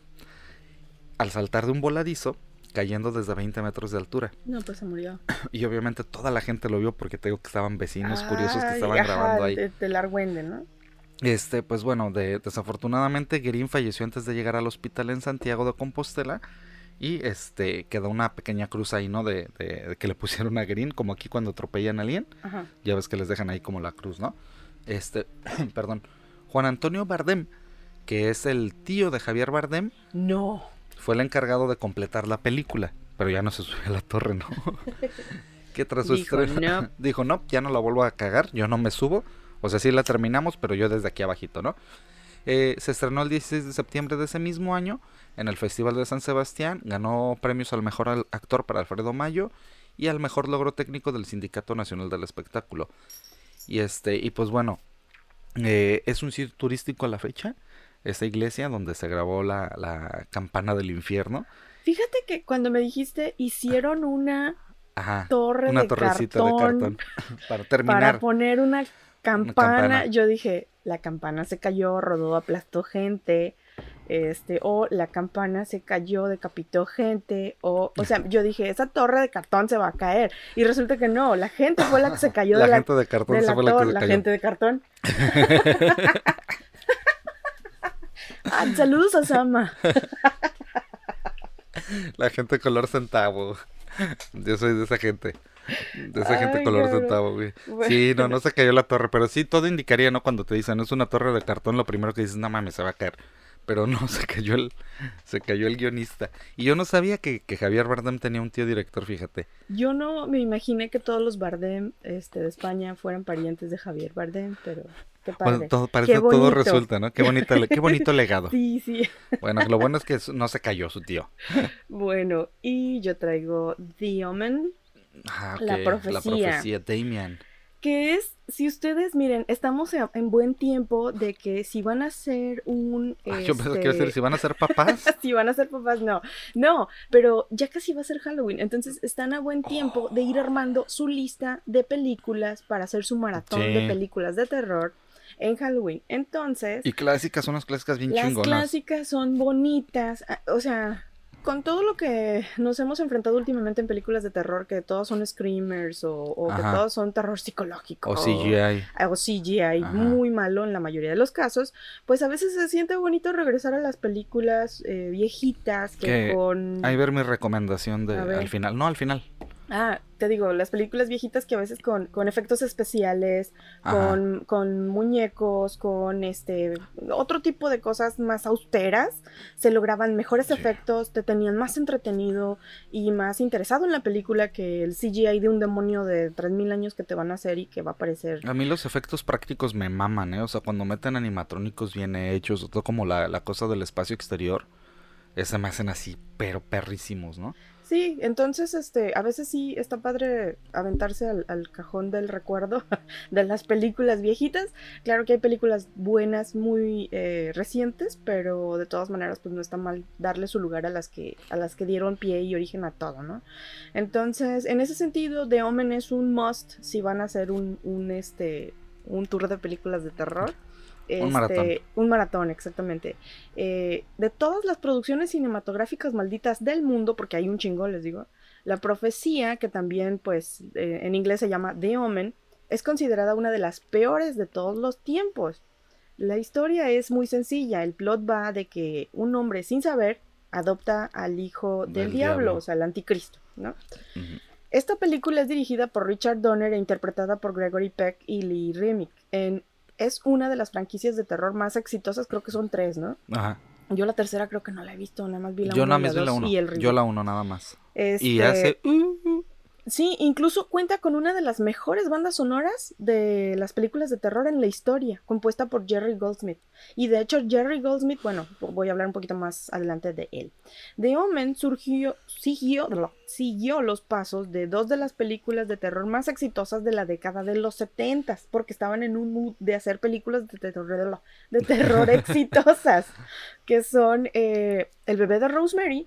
al saltar de un voladizo, cayendo desde veinte metros de altura. No, pues se murió. Y obviamente toda la gente lo vio porque te digo que estaban vecinos curiosos que Ay, estaban ajá, grabando ahí. De, del Argüende, ¿no? Este, pues bueno, de, desafortunadamente Guerín falleció antes de llegar al hospital en Santiago de Compostela. Y este, quedó una pequeña cruz ahí, ¿no? De, de, de que le pusieron a Guerín, como aquí cuando atropellan a alguien. Ajá. Ya ves que les dejan ahí como la cruz, ¿no? Este, perdón. Juan Antonio Bardem, que es el tío de Javier Bardem, No. fue el encargado de completar la película. Pero ya no se subió a la torre, ¿no? Que tras su Dijo, estreno "No". dijo, no, ya no la vuelvo a cagar, yo no me subo. O sea, sí la terminamos, pero yo desde aquí abajito, ¿no? Eh, se estrenó el dieciséis de septiembre de ese mismo año en el Festival de San Sebastián. Ganó premios al mejor al- actor para Alfredo Mayo y al mejor logro técnico del Sindicato Nacional del Espectáculo. Y este, y pues bueno, eh, es un sitio turístico a la fecha, esta iglesia donde se grabó la, la campana del infierno. Fíjate que cuando me dijiste hicieron una Ajá, torre una de torrecita cartón de cartón para terminar. para poner una campana, campana. yo dije, la campana se cayó, rodó, aplastó gente, este, o la campana se cayó, decapitó gente, o, o sea, yo dije, esa torre de cartón se va a caer, y resulta que no, la gente fue la que se cayó la de la gente de cartón de se la fue la que torre, se la cayó. gente de cartón. Ah, saludos a Sama. La gente color centavo. Yo soy de esa gente. De esa gente Ay, color cabrón. centavo, güey. Bueno. Sí, no, no se cayó la torre. Pero sí, todo indicaría, ¿no? Cuando te dicen, es una torre de cartón, lo primero que dices, no mames, se va a caer. Pero no, se cayó el, se cayó el guionista. Y yo no sabía que, que Javier Bardem tenía un tío director, fíjate. Yo no me imaginé que todos los Bardem este, de España fueran parientes de Javier Bardem, pero qué padre. Bueno, todo, parece Qué todo bonito. resulta, ¿no? Qué bonito, le- qué bonito legado. Sí, sí. Bueno, lo bueno es que no se cayó su tío. Bueno, y yo traigo The Omen, Ah, ok, La profecía. La profecía, Damian. que es, si ustedes miren, estamos en, en buen tiempo de que si van a hacer un... Ah, yo pensé que este, iba a decir, si van a ser papás. si van a ser papás, no. No, pero ya casi va a ser Halloween. Entonces están a buen tiempo de ir armando su lista de películas para hacer su maratón Sí. de películas de terror en Halloween. Entonces, Y clásicas, unas clásicas bien las chingonas. clásicas son bonitas. ah, O sea, con todo lo que nos hemos enfrentado últimamente en películas de terror, que todos son screamers o, o que Ajá. todos son terror psicológico. O C G I. O C G I Ajá. muy malo en la mayoría de los casos, pues a veces se siente bonito regresar a las películas eh, viejitas que Que con... Ahí ver mi recomendación de A ver. al final. No, al final. Ah, te digo, las películas viejitas que a veces con, con efectos especiales, Ajá. con, con muñecos, con este otro tipo de cosas más austeras, se lograban mejores Sí. efectos, te tenían más entretenido y más interesado en la película que el C G I de un demonio de tres mil años que te van a hacer y que va a aparecer. A mí los efectos prácticos me maman, ¿eh? O sea, cuando meten animatrónicos bien hechos, o todo como la, la cosa del espacio exterior, ese me hacen así, pero perrísimos, ¿no? Sí, entonces este, a veces sí está padre aventarse al, al cajón del recuerdo de las películas viejitas. Claro que hay películas buenas, muy eh, recientes, pero de todas maneras pues no está mal darle su lugar a las que, a las que dieron pie y origen a todo, ¿no? Entonces, en ese sentido, The Omen es un must si van a hacer un, un, este, un tour de películas de terror. Este, Un maratón. Un maratón, exactamente. Eh, de todas las producciones cinematográficas malditas del mundo, porque hay un chingo, les digo, La Profecía, que también, pues, eh, en inglés se llama The Omen, es considerada una de las peores de todos los tiempos. La historia es muy sencilla. El plot va de que un hombre, sin saber, adopta al hijo del, Del diablo, diablo. o sea, al anticristo, ¿no? Ujú. Esta película es dirigida por Richard Donner e interpretada por Gregory Peck y Lee Remick. En Es una de las franquicias de terror más exitosas, creo que son tres, ¿no? Ajá. Yo la tercera creo que no la he visto, nada más vi la Yo uno nada y más vi la dos uno. y el Yo remake. la uno nada más. Este, Y hace... uh, uh, Sí, incluso cuenta con una de las mejores bandas sonoras de las películas de terror en la historia, compuesta por Jerry Goldsmith. Y de hecho Jerry Goldsmith, bueno, voy a hablar un poquito más adelante de él. The Omen surgió, siguió, siguió los pasos de dos de las películas de terror más exitosas de la década de los setentas, porque estaban en un mood de hacer películas de terror, de terror exitosas, que son eh, El bebé de Rosemary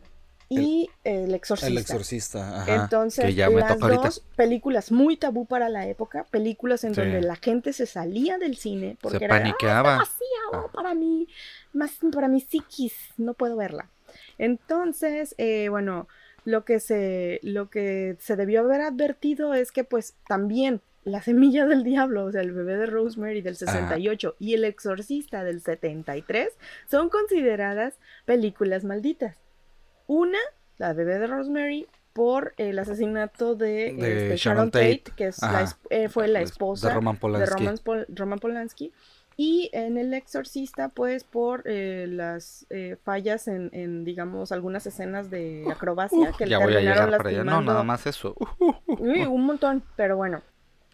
y El exorcista. El exorcista, ajá. Entonces, que ya me las toca ahorita. dos películas muy tabú para la época, películas en Sí. donde la gente se salía del cine porque Se era paniqueaba. "Ah, es demasiado para mí, más para mi psiquis, no puedo verla". Entonces, eh, bueno, lo que se lo que se debió haber advertido es que pues también La semilla del diablo, o sea, El bebé de Rosemary del sesenta y ocho y El exorcista del setenta y tres son consideradas películas malditas. Una, La bebé de Rosemary, por el asesinato de, De este, Sharon Sharon Tate, Tate. que es Ajá. la, es- eh, fue la De esposa Roman de Polanski. Roman, Pol- Roman Polanski. Y en El exorcista, pues, por eh, las eh, fallas en, en, digamos, algunas escenas de acrobacia que le Ya voy a terminaron llegar para allá. No, lastimando. nada más eso. Uh, Uy, un montón, pero bueno.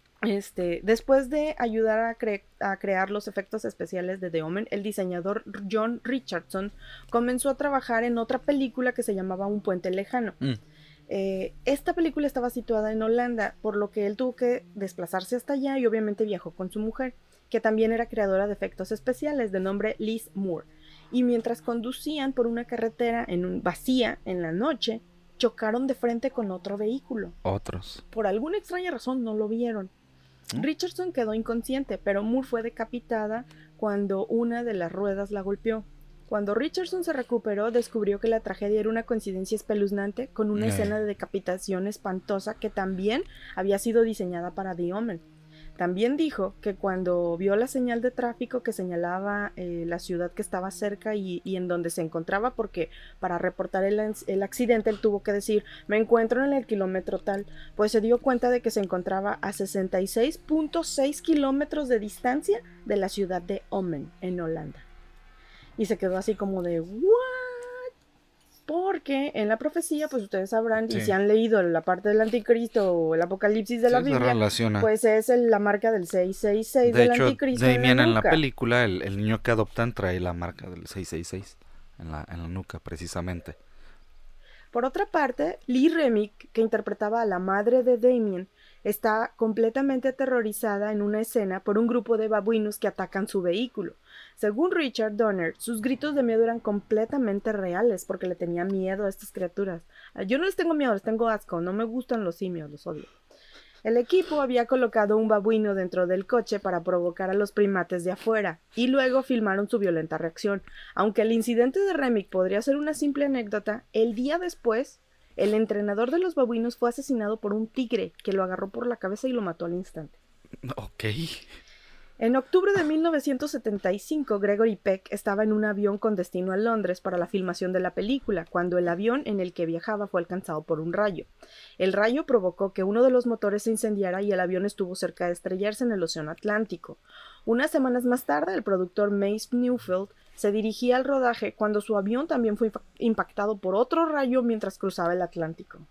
Este, después de ayudar a, cre- a crear los efectos especiales de The Omen, el diseñador John Richardson comenzó a trabajar en otra película que se llamaba Un puente lejano. Mm. Eh, esta película estaba situada en Holanda, por lo que él tuvo que desplazarse hasta allá y obviamente viajó con su mujer, que también era creadora de efectos especiales, de nombre Liz Moore. Y mientras conducían por una carretera en un, vacía en la noche, chocaron de frente con otro vehículo. Otros. Por alguna extraña razón no lo vieron. ¿Mm? Richardson quedó inconsciente, pero Moore fue decapitada cuando una de las ruedas la golpeó. Cuando Richardson se recuperó, descubrió que la tragedia era una coincidencia espeluznante con una Eh. escena de decapitación espantosa que también había sido diseñada para The Omen. También dijo que cuando vio la señal de tráfico que señalaba eh, la ciudad que estaba cerca y, y en donde se encontraba, porque para reportar el, el accidente él tuvo que decir, me encuentro en el kilómetro tal, pues se dio cuenta de que se encontraba a sesenta y seis punto seis kilómetros de distancia de la ciudad de Omen, en Holanda. Y se quedó así como de, ¿what? Porque en la profecía, pues ustedes sabrán, sí. Y si han leído la parte del anticristo o el apocalipsis de sí, la Biblia, pues es el, la marca del seiscientos sesenta y seis de del hecho, anticristo de en bien la en la nuca. película, el, el niño que adoptan trae la marca del seiscientos sesenta y seis en la, en la nuca, precisamente. Por otra parte, Lee Remick, que interpretaba a la madre de Damien, está completamente aterrorizada en una escena por un grupo de babuinos que atacan su vehículo. Según Richard Donner, sus gritos de miedo eran completamente reales porque le tenía miedo a estas criaturas. Yo no les tengo miedo, les tengo asco, no me gustan los simios, los odio. El equipo había colocado un babuino dentro del coche para provocar a los primates de afuera, y luego filmaron su violenta reacción. Aunque el incidente de Remick podría ser una simple anécdota, el día después, el entrenador de los babuinos fue asesinado por un tigre que lo agarró por la cabeza y lo mató al instante. Ok. En octubre de mil novecientos setenta y cinco, Gregory Peck estaba en un avión con destino a Londres para la filmación de la película, cuando el avión en el que viajaba fue alcanzado por un rayo. El rayo provocó que uno de los motores se incendiara y el avión estuvo cerca de estrellarse en el Océano Atlántico. Unas semanas más tarde, el productor Mace Neufeld se dirigía al rodaje cuando su avión también fue impactado por otro rayo mientras cruzaba el Atlántico.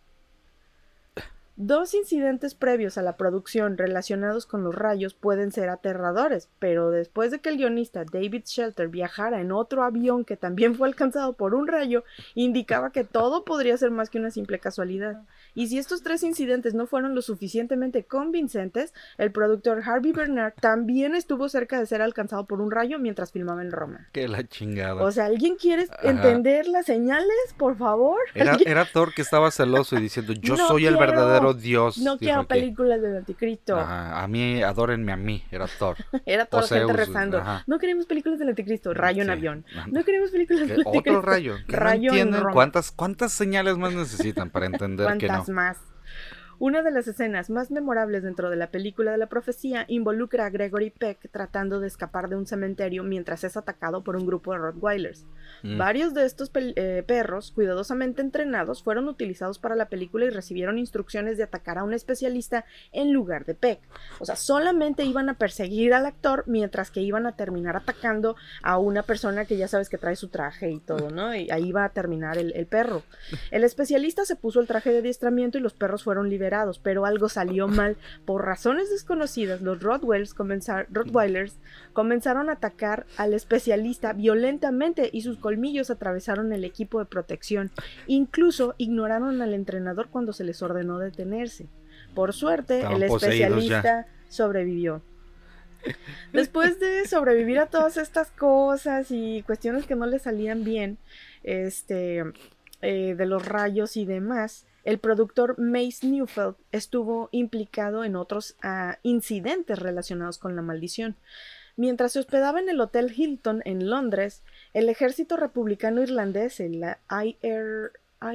Dos incidentes previos a la producción relacionados con los rayos pueden ser aterradores, pero después de que el guionista David Shelter viajara en otro avión que también fue alcanzado por un rayo, indicaba que todo podría ser más que una simple casualidad. Y si estos tres incidentes no fueron lo suficientemente convincentes, el productor Harvey Bernard también estuvo cerca de ser alcanzado por un rayo mientras filmaba en Roma. ¡Qué la chingada! O sea, ¿alguien quiere Ajá. entender las señales, por favor? Era, era Thor que estaba celoso y diciendo, yo no soy quiero, el verdadero Dios. No quiero aquí. películas del anticristo. Ajá, a mí, adórenme a mí, era Thor. Era toda la gente rezando. Ajá. No queremos películas del anticristo, rayo sí. en avión. No queremos películas del anticristo. Otro rayo. Rayo no entienden cuántas, cuántas señales más necesitan para entender que no. ¿Cuántas más? Una de las escenas más memorables dentro de la película de la profecía involucra a Gregory Peck tratando de escapar de un cementerio mientras es atacado por un grupo de Rottweilers. Mm. Varios de estos eh, perros, cuidadosamente entrenados, fueron utilizados para la película y recibieron instrucciones de atacar a un especialista en lugar de Peck. O sea, solamente iban a perseguir al actor mientras que iban a terminar atacando a una persona que ya sabes que trae su traje y todo, ¿no? Y ahí va a terminar el, el perro. El especialista se puso el traje de adiestramiento y los perros fueron liberados. Pero algo salió mal. Por razones desconocidas, los Rottweilers, comenzar, Rottweilers comenzaron a atacar al especialista violentamente y sus colmillos atravesaron el equipo de protección. Incluso ignoraron al entrenador cuando se les ordenó detenerse. Por suerte, Estaban el especialista sobrevivió. Después de sobrevivir a todas estas cosas y cuestiones que no le salían bien, este, eh, de los rayos y demás, el productor Mace Neufeld estuvo implicado en otros uh, incidentes relacionados con la maldición. Mientras se hospedaba en el Hotel Hilton en Londres, el ejército republicano irlandés, el I R A,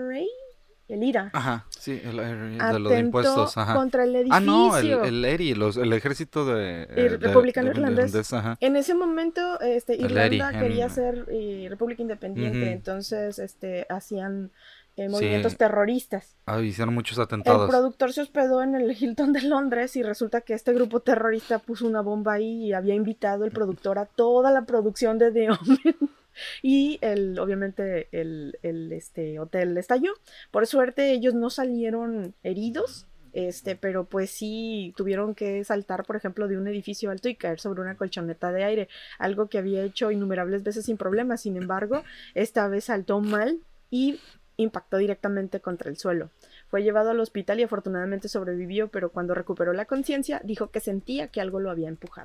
el I R A, ajá, sí, el, el, de los impuestos, ajá. contra el edificio. Ah, no, el, el E R I, los, el ejército de, eh, republicano de, de, irlandés. irlandés, ajá. En ese momento, este, Irlanda E R I, quería en... ser eh, república independiente, uh-huh. entonces, este, hacían Eh, movimientos sí. terroristas. Ah, hicieron muchos atentados. El productor se hospedó en el Hilton de Londres y resulta que este grupo terrorista puso una bomba ahí y había invitado el productor a toda la producción de The Omen. Y el, obviamente el, el este, hotel estalló. Por suerte ellos no salieron heridos, este, pero pues sí tuvieron que saltar, por ejemplo, de un edificio alto y caer sobre una colchoneta de aire, algo que había hecho innumerables veces sin problemas. Sin embargo, esta vez saltó mal y impactó directamente contra el suelo. Fue llevado al hospital y afortunadamente sobrevivió, pero cuando recuperó la conciencia dijo que sentía que algo lo había empujado.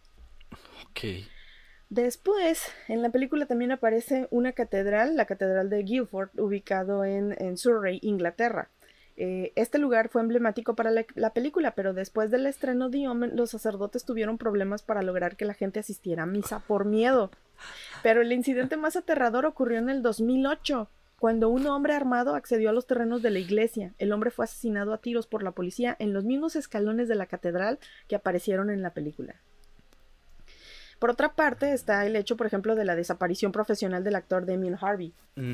Ok. Después, en la película también aparece una catedral, la catedral de Guildford, ubicado en, en Surrey, Inglaterra. Eh, este lugar fue emblemático para la, la película, pero después del estreno de The Omen, los sacerdotes tuvieron problemas para lograr que la gente asistiera a misa por miedo. Pero el incidente más aterrador ocurrió en el dos mil ocho, cuando un hombre armado accedió a los terrenos de la iglesia. El hombre fue asesinado a tiros por la policía en los mismos escalones de la catedral que aparecieron en la película. Por otra parte, está el hecho, por ejemplo, de la desaparición profesional del actor Damien Harvey. Mm.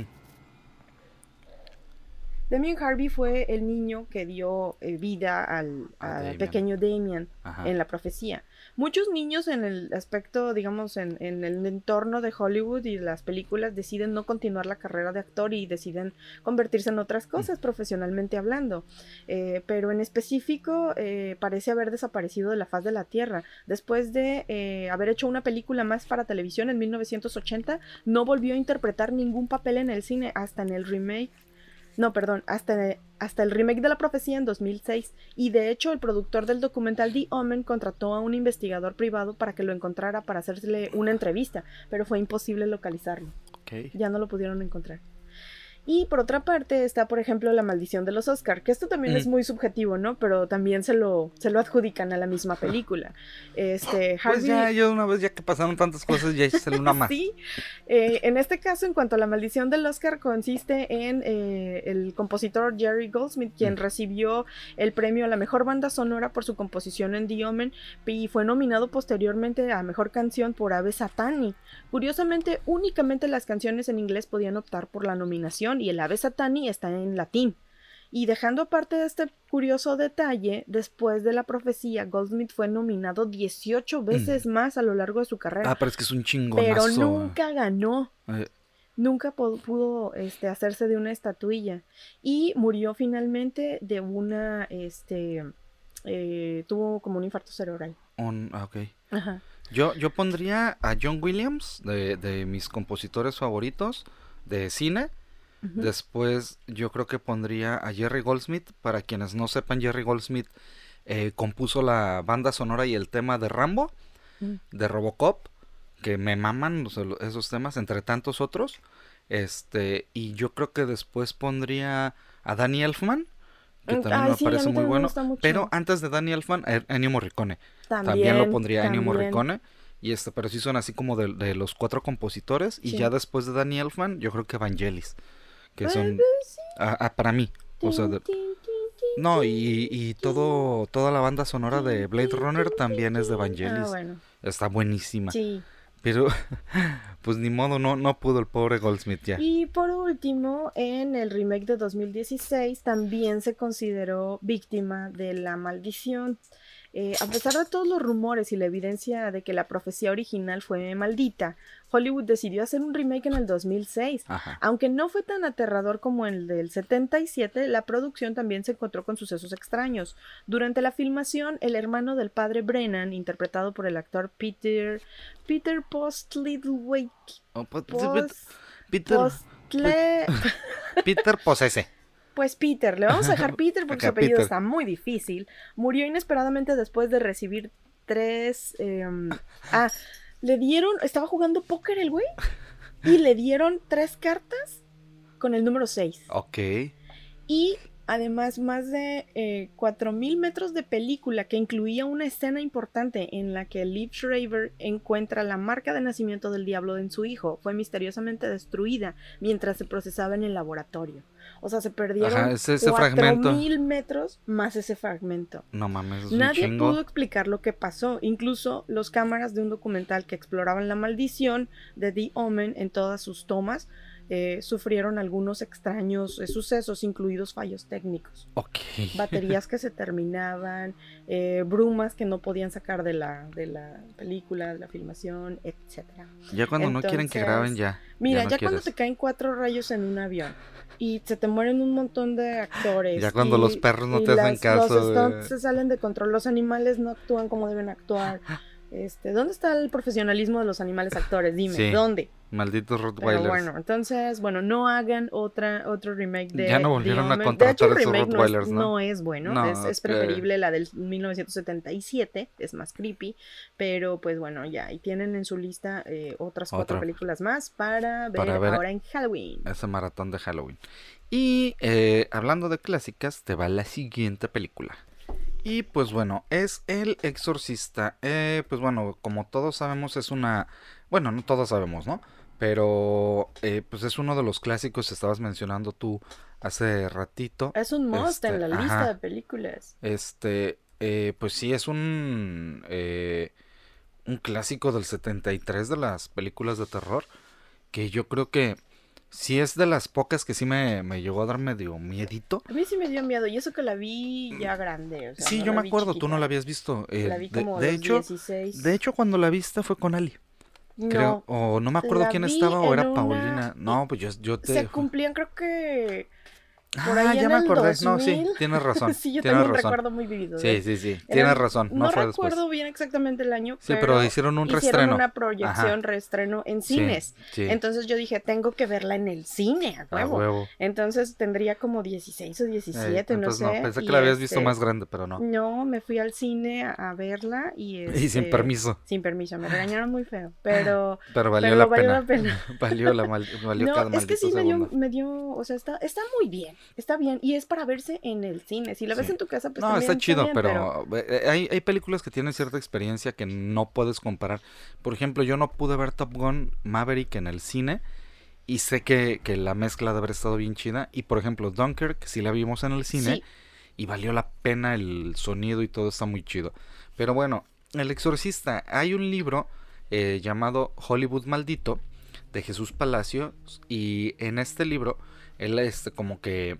Damien Harvey fue el niño que dio eh, vida al, al Damien. pequeño Damien Ajá. en la profecía. Muchos niños en el aspecto, digamos, en, en el entorno de Hollywood y de las películas deciden no continuar la carrera de actor y deciden convertirse en otras cosas, mm. profesionalmente hablando. Eh, pero en específico eh, parece haber desaparecido de la faz de la tierra. Después de eh, haber hecho una película más para televisión en mil novecientos ochenta, no volvió a interpretar ningún papel en el cine hasta en el remake. No, perdón, hasta, hasta el remake de La Profecía en dos mil seis, y de hecho el productor del documental The Omen contrató a un investigador privado para que lo encontrara para hacerle una entrevista, pero fue imposible localizarlo. Okay. Ya no lo pudieron encontrar. Y por otra parte está, por ejemplo, La Maldición de los Oscar, que esto también mm. es muy subjetivo, ¿no? Pero también se lo, se lo adjudican a la misma película. Este, Harvey... Pues ya, yo una vez ya que pasaron tantas cosas, ya hice una más. Sí, eh, en este caso, en cuanto a La Maldición del Oscar, consiste en eh, el compositor Jerry Goldsmith, quien mm. recibió el premio a la mejor banda sonora por su composición en The Omen, y fue nominado posteriormente a mejor canción por Ave Satani. Curiosamente, únicamente las canciones en inglés podían optar por la nominación, y el Ave Satani está en latín. Y dejando aparte este curioso detalle, después de La Profecía, Goldsmith fue nominado dieciocho veces mm. más a lo largo de su carrera. Ah, pero es que es un chingonazo. Pero nunca ganó. Eh. Nunca pudo, pudo este, hacerse de una estatuilla. Y murió finalmente de una, este, eh, tuvo como un infarto cerebral. Un, ah, ok. Ajá. Yo, yo pondría a John Williams, de, de mis compositores favoritos de cine. Uh-huh. Después yo creo que pondría a Jerry Goldsmith. Para quienes no sepan, Jerry Goldsmith eh, compuso la banda sonora y el tema de Rambo, uh-huh. de Robocop, que me maman esos temas, entre tantos otros. Este, y yo creo que después pondría a Danny Elfman, que también Ay, me sí, parece muy bueno. Pero antes de Danny Elfman, Ennio Morricone. También, también lo pondría también. Ennio Morricone. Y este, pero sí son así como de, de los cuatro compositores. Y sí. ya después de Danny Elfman, yo creo que Vangelis. Que son, a, a, para mí, o sea, de, no, y, y todo, toda la banda sonora de Blade Runner también es de Vangelis. Ah, bueno. Está buenísima. Sí. Pero, pues ni modo, no, no pudo el pobre Goldsmith ya. Y por último, en el remake de dos mil dieciséis también se consideró víctima de la maldición. Eh, a pesar de todos los rumores y la evidencia de que la profecía original fue maldita, Hollywood decidió hacer un remake en el dos mil seis. Ajá. Aunque no fue tan aterrador como el del setenta y siete, la producción también se encontró con sucesos extraños. Durante la filmación, el hermano del padre Brennan, interpretado por el actor Peter Peter Postlethwaite, oh, Post, Peter Postle... Peter Posese. Pues Peter, le vamos a dejar Peter porque su apellido Peter. Está muy difícil. Murió inesperadamente después de recibir tres... Eh, ah, le dieron... Estaba jugando póker el güey. Y le dieron tres cartas con el número seis. Ok. Y además más de eh, cuatro mil metros de película que incluía una escena importante en la que Liev Schreiber encuentra la marca de nacimiento del diablo en su hijo. Fue misteriosamente destruida mientras se procesaba en el laboratorio. O sea, se perdieron Ajá, ese, ese cuatro mil metros más ese fragmento. No mames, es Nadie un chingo. pudo explicar lo que pasó. Incluso los cámaras de un documental que exploraban la maldición de The Omen en todas sus tomas eh, sufrieron algunos extraños eh, sucesos, incluidos fallos técnicos. Okay. Baterías que se terminaban, eh, brumas que no podían sacar de la, de la película, de la filmación, etcétera. Ya cuando Entonces, no quieren que graben ya. Mira, ya, no ya quieres. Cuando te caen cuatro rayos en un avión y se te mueren un montón de actores. Ya cuando y, los perros no te las, hacen caso. Los stunts de... se salen de control, los animales no actúan como deben actuar. Este, ¿dónde está el profesionalismo de los animales actores? Dime, sí. ¿dónde? Malditos Pero Rottweilers. bueno, entonces, bueno, no hagan otra otro remake de Ya no volvieron The a Omen. contratar De hecho, el esos remake no es, Rottweilers, ¿no? no es bueno, No, es, es que- preferible la del mil novecientos setenta y siete, es más creepy, pero pues bueno, ya, y tienen en su lista eh, otras cuatro Otra. películas más para ver, Para ver- ahora en Halloween. Ese maratón de Halloween. Y eh, hablando de clásicas, te va la siguiente película. Y pues bueno, es El Exorcista. Eh, pues bueno, como todos sabemos, es una... Bueno, no todos sabemos, ¿no? Pero eh, pues es uno de los clásicos, estabas mencionando tú hace ratito. Es un must Este, en la lista ajá. de películas. Este, eh, pues sí, es un... eh, un clásico del setenta y tres de las películas de terror. Que yo creo que sí es de las pocas que sí me, me llegó a dar medio miedito. A mí sí me dio miedo, y eso que la vi ya grande. O sea, Sí, no yo la me vi acuerdo, tú chiquita. no la habías visto. eh, La vi de, como a de los hecho, dieciséis. de hecho, cuando la viste fue con Ali. Creo, No, o no me acuerdo la quién vi estaba, o en era una- Paulina. No, pues yo, yo te. se cumplían, creo que por Ah, ahí ya en me el acordé. dos No, sí, mil. tienes razón. Sí, yo tienes tengo un razón. recuerdo muy vivido. Sí, de- sí, sí, Era- tienes razón. No, No fue después. recuerdo bien exactamente el año, Sí, pero hicieron un hicieron reestreno. una proyección, Ajá. reestreno en Sí, cines. sí. Entonces yo dije, tengo que verla en el cine, a A huevo. huevo. Entonces tendría como dieciséis o Eh, diecisiete, no entonces sé. no, pensé que y la habías visto este, más grande, pero no. No, me fui al cine a, a verla y... Y sin este, permiso. Sin permiso, me regañaron muy feo, pero... Pero valió pero la valió pena. la pena. valió la mal- valió No, cada es que maldito sí me dio, segundo. me dio, o sea, está, está muy bien, está bien, y es para verse en el cine. Si la ves Sí. en tu casa, pues No, también está chido, bien, pero, eh, hay, hay películas que tienen cierta experiencia que no puedes comparar. Por ejemplo, yo no pude ver Top Gun Maverick en el cine y sé que, que la mezcla debe haber estado bien chida. Y por ejemplo, Dunkirk sí la vimos en el cine Sí. y valió la pena, el sonido y todo está muy chido. Pero bueno, El Exorcista, hay un libro eh, llamado Hollywood Maldito de Jesús Palacios, y en este libro él este como que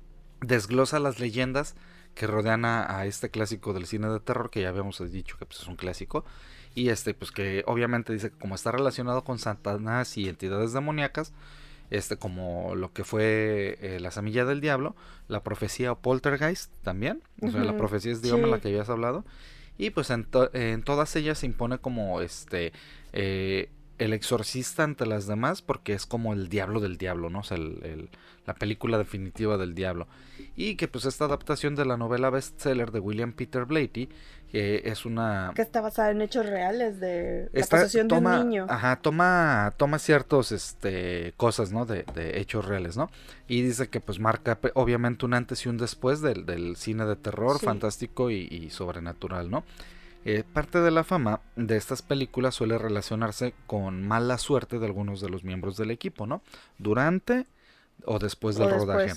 desglosa las leyendas que rodean a, a este clásico del cine de terror, que ya habíamos dicho que pues, es un clásico, y este pues que obviamente dice que como está relacionado con Satanás y entidades demoníacas, este como lo que fue eh, la semilla del diablo, la profecía o poltergeist también, o sea, la Ujú, profecía es idioma sí. la que habías hablado, y pues en, to- en todas ellas se impone como este eh, el exorcista ante las demás, porque es como el diablo del diablo, ¿no? O sea, el, el- la película definitiva del diablo. Y que pues esta adaptación de la novela bestseller de William Peter Blatty, que es una... Que está basada en hechos reales de la Esta posesión toma, de un niño. Ajá, toma, toma ciertos, este, cosas, ¿no? De, de hechos reales, ¿no? Y dice que pues marca pe- obviamente un antes y un después del, del cine de terror, Sí. fantástico y, y sobrenatural, ¿no? Eh, parte de la fama de estas películas suele relacionarse con mala suerte de algunos de los miembros del equipo, ¿no? Durante o después O del después. rodaje.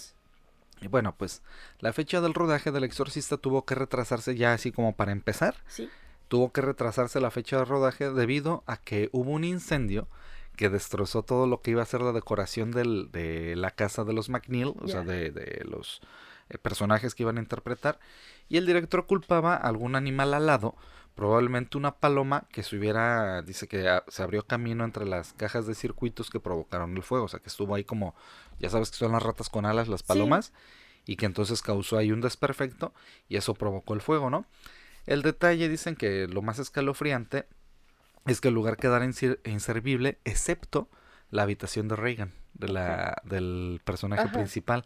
Y bueno, pues la fecha del rodaje del Exorcista tuvo que retrasarse ya así como para empezar. Sí. Tuvo que retrasarse la fecha de rodaje debido a que hubo un incendio que destrozó todo lo que iba a ser la decoración del, de la casa de los McNeil, o sea, Ya. de, de los eh, personajes que iban a interpretar. Y el director culpaba a algún animal alado, probablemente una paloma que se hubiera, dice que a- se abrió camino entre las cajas de circuitos que provocaron el fuego, o sea, que estuvo ahí como, ya sabes que son las ratas con alas, las Sí. palomas, y que entonces causó ahí un desperfecto y eso provocó el fuego, ¿no? El detalle, dicen que lo más escalofriante es que el lugar quedara insir- inservible, excepto la habitación de Reagan, de la, del personaje Ajá. principal.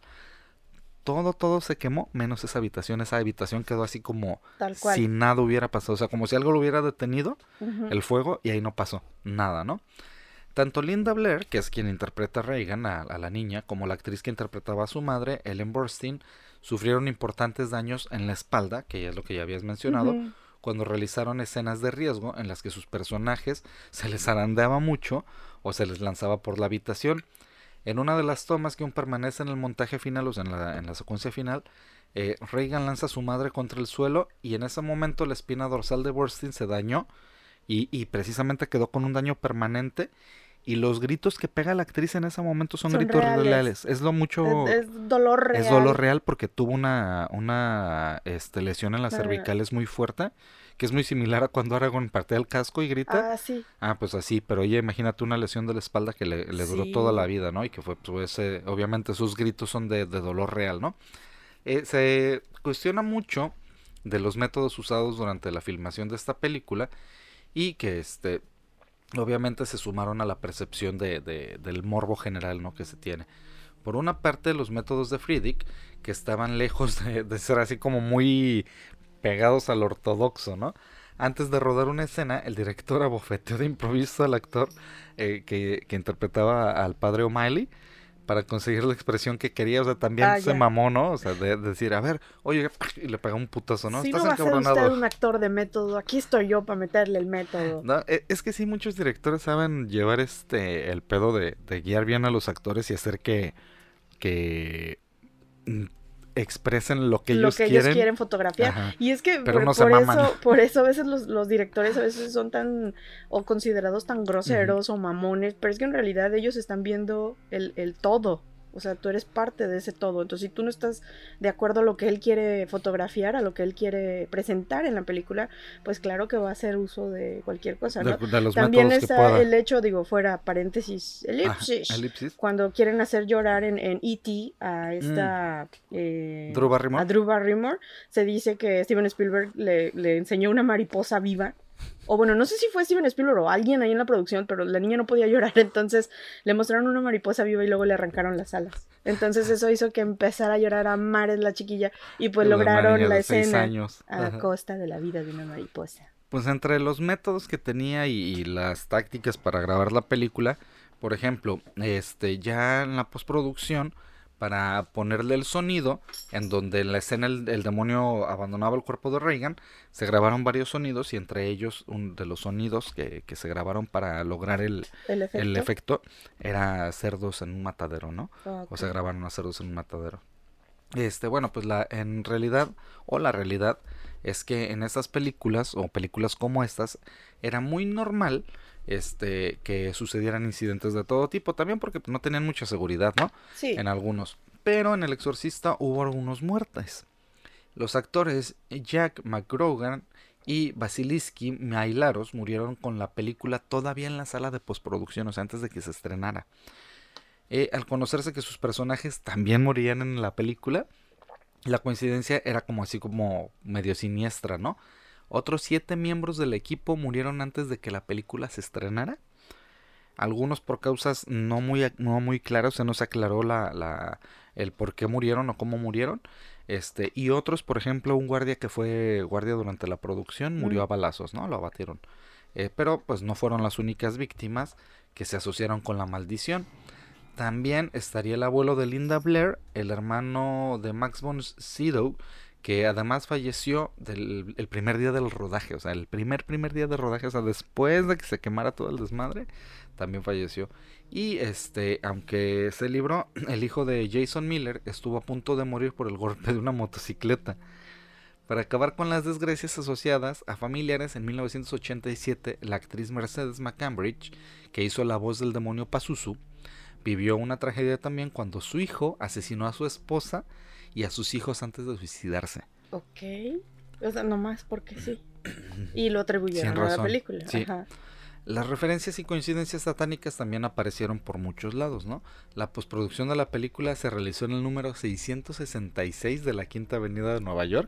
Todo, todo se quemó, menos esa habitación. Esa habitación quedó así como Tal cual. si nada hubiera pasado. O sea, como si algo lo hubiera detenido, Ujú. el fuego, y ahí no pasó nada, ¿no? Tanto Linda Blair, que es quien interpreta a Reagan, a, a la niña, como la actriz que interpretaba a su madre, Ellen Burstyn, sufrieron importantes daños en la espalda, que ya es lo que ya habías mencionado, Ujú. cuando realizaron escenas de riesgo en las que sus personajes se les arandeaba mucho o se les lanzaba por la habitación. En una de las tomas que aún permanece en el montaje final, o sea, en la, en la secuencia final, eh, Reagan lanza a su madre contra el suelo y en ese momento la espina dorsal de Burstyn se dañó y, y precisamente quedó con un daño permanente. Y los gritos que pega la actriz en ese momento son, Son gritos reales. reales. Es lo mucho... Es, es dolor real. Es dolor real porque tuvo una, una este, lesión en las Ah. cervicales muy fuerte, que es muy similar a cuando Aragorn partea el casco y grita. Ah, sí. Ah, pues así, pero ella imagínate una lesión de la espalda que le, le duró Sí. toda la vida, ¿no? Y que fue, pues, eh, obviamente sus gritos son de, de dolor real, ¿no? Eh, se cuestiona mucho de los métodos usados durante la filmación de esta película y que, este, obviamente se sumaron a la percepción de, de, del morbo general, ¿no?, que se tiene. Por una parte, los métodos de Friedrich, que estaban lejos de, de ser así como muy pegados al ortodoxo, ¿no? Antes de rodar una escena, el director abofeteó de improviso al actor eh, que, que interpretaba al padre O'Malley para conseguir la expresión que quería. O sea, también Ah, se ya. mamó, ¿no? O sea, de, de decir, a ver, oye, y le pegó un putazo, ¿no? Si Estás no va a ser encabronado. usted un actor de método, aquí estoy yo para meterle el método. No, e- es que sí, muchos directores saben llevar este el pedo de, de guiar bien a los actores y hacer que, que mm, expresen lo que lo ellos que quieren. ellos quieren fotografiar. Ajá. Y es que Pero por, no se por maman. eso, por eso a veces los, los directores a veces son tan, o considerados tan groseros o mamones, pero es que en realidad ellos están viendo el, el todo. O sea, tú eres parte de ese todo. Entonces, si tú no estás de acuerdo a lo que él quiere fotografiar, a lo que él quiere presentar en la película, pues claro que va a hacer uso de cualquier cosa, ¿no? De, de los También métodos que está pueda. el hecho, digo, fuera paréntesis, elipsis, Ajá, elipsis. cuando quieren hacer llorar en, en E T a esta... eh, Drew Barrymore. a Drew Barrymore, se dice que Steven Spielberg le, le enseñó una mariposa viva. O bueno, no sé si fue Steven Spielberg o alguien ahí en la producción, pero la niña no podía llorar, entonces le mostraron una mariposa viva y luego le arrancaron las alas. Entonces eso hizo que empezara a llorar a mares la chiquilla y pues La lograron niña la de seis escena años. a Ajá. costa de la vida de una mariposa. Pues entre los métodos que tenía y, y las tácticas para grabar la película, por ejemplo, este ya en la postproducción, para ponerle el sonido, en donde en la escena el, el demonio abandonaba el cuerpo de Reagan, se grabaron varios sonidos y entre ellos un de los sonidos que, que se grabaron para lograr el, ¿El efecto? el efecto era cerdos en un matadero, ¿no? Ok. O se grabaron a cerdos en un matadero. Este, bueno, pues la en realidad, o la realidad, es que en estas películas, o películas como estas, era muy normal este que sucedieran incidentes de todo tipo, también porque no tenían mucha seguridad, ¿no? Sí. En algunos. Pero en El Exorcista hubo algunos muertes. Los actores Jack McGrogan y Vasiliski Mailaros murieron con la película todavía en la sala de postproducción, o sea, antes de que se estrenara. Eh, al conocerse que sus personajes también morían en la película, la coincidencia era como así como medio siniestra, ¿no? Otros siete miembros del equipo murieron antes de que la película se estrenara. Algunos por causas no muy, no muy claras, o sea, no se aclaró la, la, el por qué murieron o cómo murieron. Este, y otros, por ejemplo, un guardia que fue guardia durante la producción murió Mm. a balazos, ¿no? Lo abatieron. Eh, pero pues no fueron las únicas víctimas que se asociaron con la maldición. También estaría el abuelo de Linda Blair, el hermano de Max von Sydow, que además falleció del, el primer día del rodaje, o sea, el primer primer día de rodaje, o sea, después de que se quemara todo el desmadre, también falleció. Y este, aunque se libró, el hijo de Jason Miller estuvo a punto de morir por el golpe de una motocicleta. Para acabar con las desgracias asociadas a familiares, en mil novecientos ochenta y siete, la actriz Mercedes McCambridge, que hizo la voz del demonio Pazuzu, vivió una tragedia también cuando su hijo asesinó a su esposa y a sus hijos antes de suicidarse. Ok. O sea, nomás porque sí. Y lo atribuyeron Sin a la razón. película. Sí. Ajá. Las referencias y coincidencias satánicas también aparecieron por muchos lados, ¿no? La postproducción de la película se realizó en el número seiscientos sesenta y seis de la Quinta Avenida de Nueva York.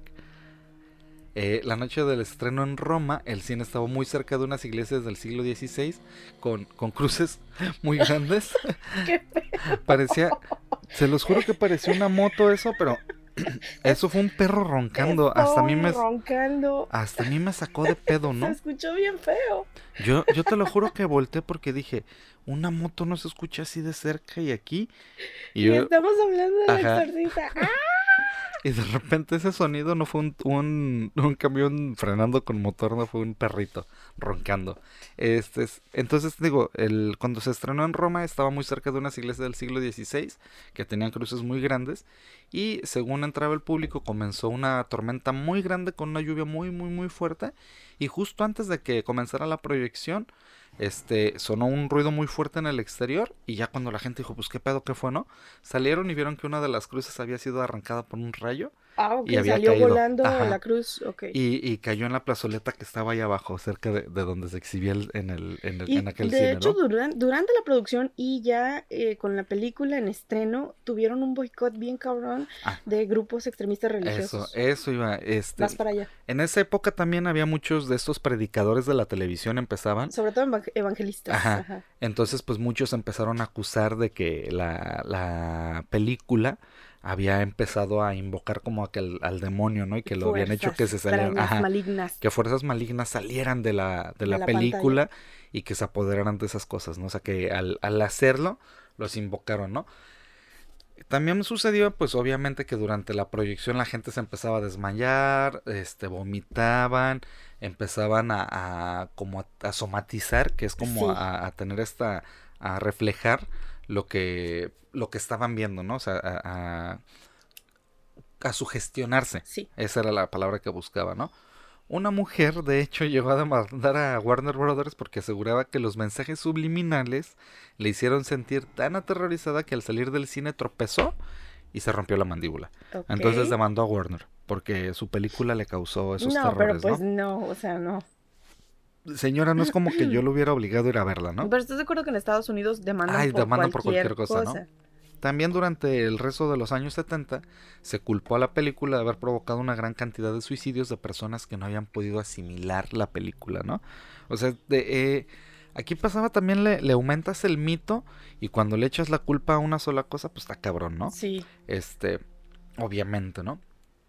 Eh, la noche del estreno en Roma, el cine estaba muy cerca de unas iglesias del siglo dieciséis con, con cruces muy grandes. Qué feo. Parecía, se los juro que parecía una moto eso, pero eso fue un perro roncando. Hasta a mí me, roncando. hasta a mí me sacó de pedo, Se ¿no? escuchó bien feo. Yo, yo te lo juro que volteé porque dije, una moto no se escucha así de cerca y aquí. Y, Y, yo, estamos hablando del Ajá. exorcista. ¡Ah! y de repente ese sonido no fue un, un, un camión frenando con motor, no fue un perrito roncando. Este es- entonces digo, el, cuando se estrenó en Roma estaba muy cerca de unas iglesias del siglo dieciséis que tenían cruces muy grandes y según entraba el público comenzó una tormenta muy grande con una lluvia muy muy muy fuerte y justo antes de que comenzara la proyección este sonó un ruido muy fuerte en el exterior y ya cuando la gente dijo pues qué pedo, qué fue, ¿no? Salieron y vieron que una de las cruces había sido arrancada por un rayo Ah, ok, y había salió caído. volando Ajá. la cruz. Ok. y, y cayó en la plazoleta que estaba ahí abajo, cerca de, de donde se exhibía el- en, el, en, el- Y en aquel de cine, hecho, ¿no? duran- durante la producción y ya eh, con la película en estreno, tuvieron un boicot bien cabrón Ah. de grupos extremistas Eso, religiosos. eso iba, este, Vas para allá. en esa época también había muchos de estos predicadores de la televisión empezaban, Sobre todo en, Van- evangelistas. Ajá. Ajá. Entonces, pues muchos empezaron a acusar de que la, la película había empezado a invocar como a que al, al demonio, ¿no? Y que lo habían hecho que se salieran, extrañas, ajá, malignas. que fuerzas malignas salieran de la, de De la la película pantalla. y que se apoderaran de esas cosas, ¿no? O sea, que al, al hacerlo, los invocaron, ¿no? También sucedió, pues obviamente que durante la proyección la gente se empezaba a desmayar, este, vomitaban, empezaban a, a como a, a somatizar, que es como Sí. a, a tener esta, a reflejar lo que, lo que estaban viendo, ¿no? O sea, a, a, a sugestionarse. Sí. Esa era la palabra que buscaba, ¿no? Una mujer, de hecho, llegó a demandar a Warner Brothers porque aseguraba que los mensajes subliminales le hicieron sentir tan aterrorizada que al salir del cine tropezó y se rompió la mandíbula. Ok. Entonces demandó a Warner porque su película le causó esos No, pero terrores, pues ¿no? no, o sea, no. Señora, no es como que yo lo hubiera obligado a ir a verla, ¿no? Pero estás de acuerdo que en Estados Unidos demandan Ay, por, demandan cualquier por cualquier cosa, cosa. ¿no? También durante el resto de los años setenta se culpó a la película de haber provocado una gran cantidad de suicidios de personas que no habían podido asimilar la película, ¿no? O sea, de, eh, aquí pasaba también, le, le aumentas el mito y cuando le echas la culpa a una sola cosa, pues está cabrón, ¿no? Sí. Este, obviamente, ¿no?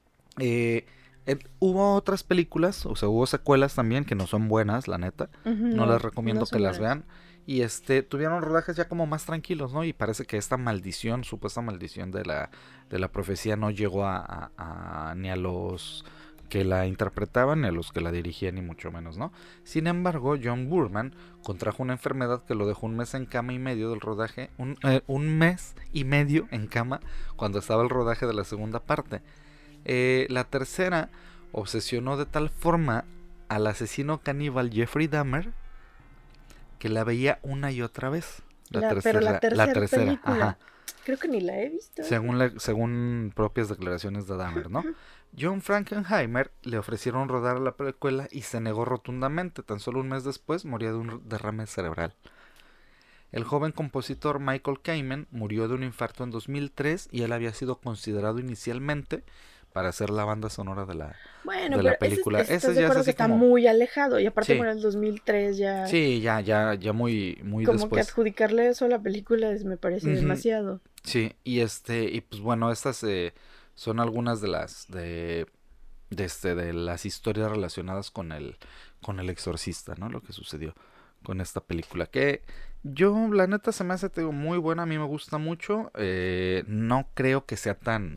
Eh, eh, hubo otras películas, o sea, hubo secuelas también que no son buenas, la neta. Ujú, No, no, les recomiendo no que son las buenas. vean. Y este, tuvieron rodajes ya como más tranquilos, ¿no? Y parece que esta maldición, supuesta maldición de la, de la profecía no llegó a, a- a- ni a los que la interpretaban, ni a los que la dirigían, ni mucho menos, ¿no? Sin embargo, John Boorman contrajo una enfermedad que lo dejó un mes en cama y medio del rodaje, un, eh, un mes y medio en cama cuando estaba el rodaje de la segunda parte. Eh, la tercera obsesionó de tal forma al asesino caníbal Jeffrey Dahmer que la veía una y otra vez. La, La- tercera, pero la tercera tercera, película. ajá. Creo que ni la he visto. Según, la, según propias declaraciones de Dahmer, ¿no? John Frankenheimer le ofrecieron rodar la precuela y se negó rotundamente. Tan solo un mes después moría de un derrame cerebral. El joven compositor Michael Kamen murió de un infarto en dos mil tres y él había sido considerado inicialmente para hacer la banda sonora de la, Bueno, de pero la película. ese, Ese estás de ya es acuerdo así que está como... muy alejado. Y aparte, Sí. bueno, el dos mil tres ya. Sí, ya, ya, ya muy, muy Como después. que adjudicarle eso a la película es, me parece Ujú. demasiado. Sí, y este, y pues bueno, estas eh, son algunas de las de, de este, de las historias relacionadas con el, con el exorcista, ¿no? Lo que sucedió con esta película. Que yo, la neta, se me hace, te digo, muy buena, a mí me gusta mucho. Eh, no creo que sea tan,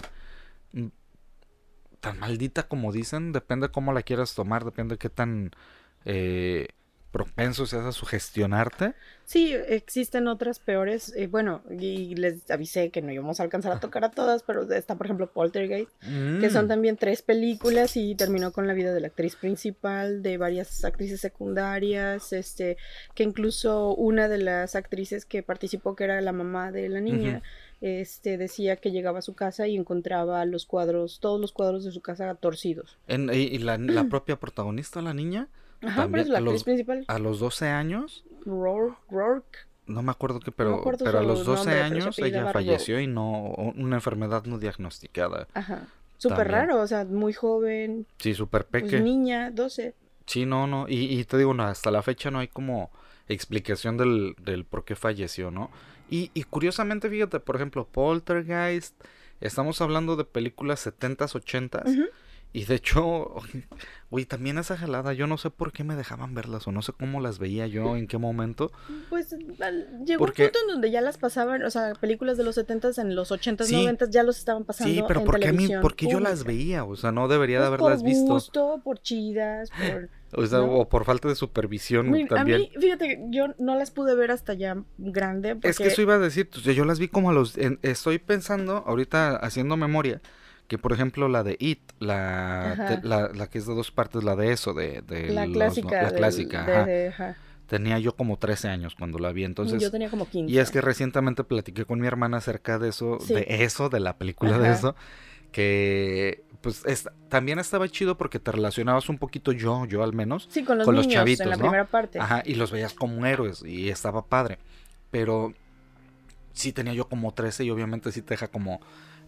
tan maldita como dicen, depende de cómo la quieras tomar, depende de qué tan eh, propenso seas a sugestionarte. Sí, existen otras peores. eh, bueno, y les avisé que no íbamos a alcanzar a tocar a todas, pero está, por ejemplo, Poltergeist, que son Mm. también tres películas y terminó con la vida de la actriz principal, de varias actrices secundarias, este, que incluso una de las actrices que participó, que era la mamá de la niña, este, decía que llegaba a su casa y encontraba los cuadros, todos los cuadros de su casa torcidos. En, y y la, la propia protagonista, la niña, Ajá, pero también es la a actriz los, principal. a los doce años, Rourke, Rourke. no me acuerdo qué, No me pero, acuerdo pero a su los doce nombre, pero se años ella apellidaba falleció Rourke. y no, una enfermedad no diagnosticada. Ajá. Súper También. raro, o sea, muy joven, Sí, súper pues peque. niña, doce. Sí, no, no, y, y te digo, no, hasta la fecha no hay como explicación del, del por qué falleció, ¿no? Y, y curiosamente, fíjate, por ejemplo, Poltergeist, estamos hablando de películas setentas, ochentas, Ujú. y de hecho, güey, también esa jalada, yo no sé por qué me dejaban verlas, o no sé cómo las veía yo, en qué momento. Pues al- llegó Porque- un punto en donde ya las pasaban, o sea, películas de los setentas en los ochentas, Sí. noventas ya los estaban pasando Sí, pero en porque a mí, televisión porque yo las pública. veía, o sea, no debería Pues de por haberlas visto, gusto, por chidas, por... o sea, ¿no? o por falta de supervisión Muy- a también. mí, fíjate, que yo no las pude ver hasta ya grande, porque... Es que eso iba a decir, o sea, yo las vi como a los, en- estoy pensando, ahorita haciendo memoria, que por ejemplo la de It, la, Ajá. te- la, la que es de dos partes, la de eso, de, de la los- clásica. la del- clásica, de- ajá. de- ajá. Tenía yo como trece años cuando la vi, entonces, Yo tenía como quince. y es que recientemente platiqué con mi hermana acerca de eso, Sí. de eso, de la película de Ajá. eso, que pues es- también estaba chido porque te relacionabas un poquito yo, yo al menos, Sí, con los con los niños chavitos, en la ¿no? primera parte. Ajá, y los veías como héroes y estaba padre. Pero sí tenía yo como trece y obviamente sí te deja como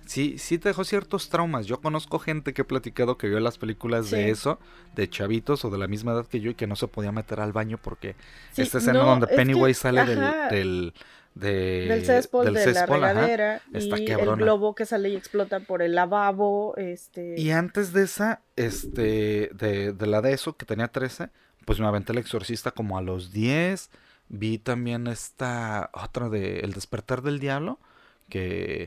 sí, sí te dejó ciertos traumas. Yo conozco gente que he platicado que vio las películas Sí. de eso, de chavitos o de la misma edad que yo y que no se podía meter al baño porque Sí, esta escena no, donde es que, Pennywise sale del, ajá, del, de, del céspol, del de la céspol, ajá, regadera está y el cabrona. globo que sale y explota por el lavabo, este... Y antes de esa, este, de, de la de eso, que tenía trece, pues me aventé El Exorcista como a los diez. Vi también esta otra de El Despertar del Diablo, que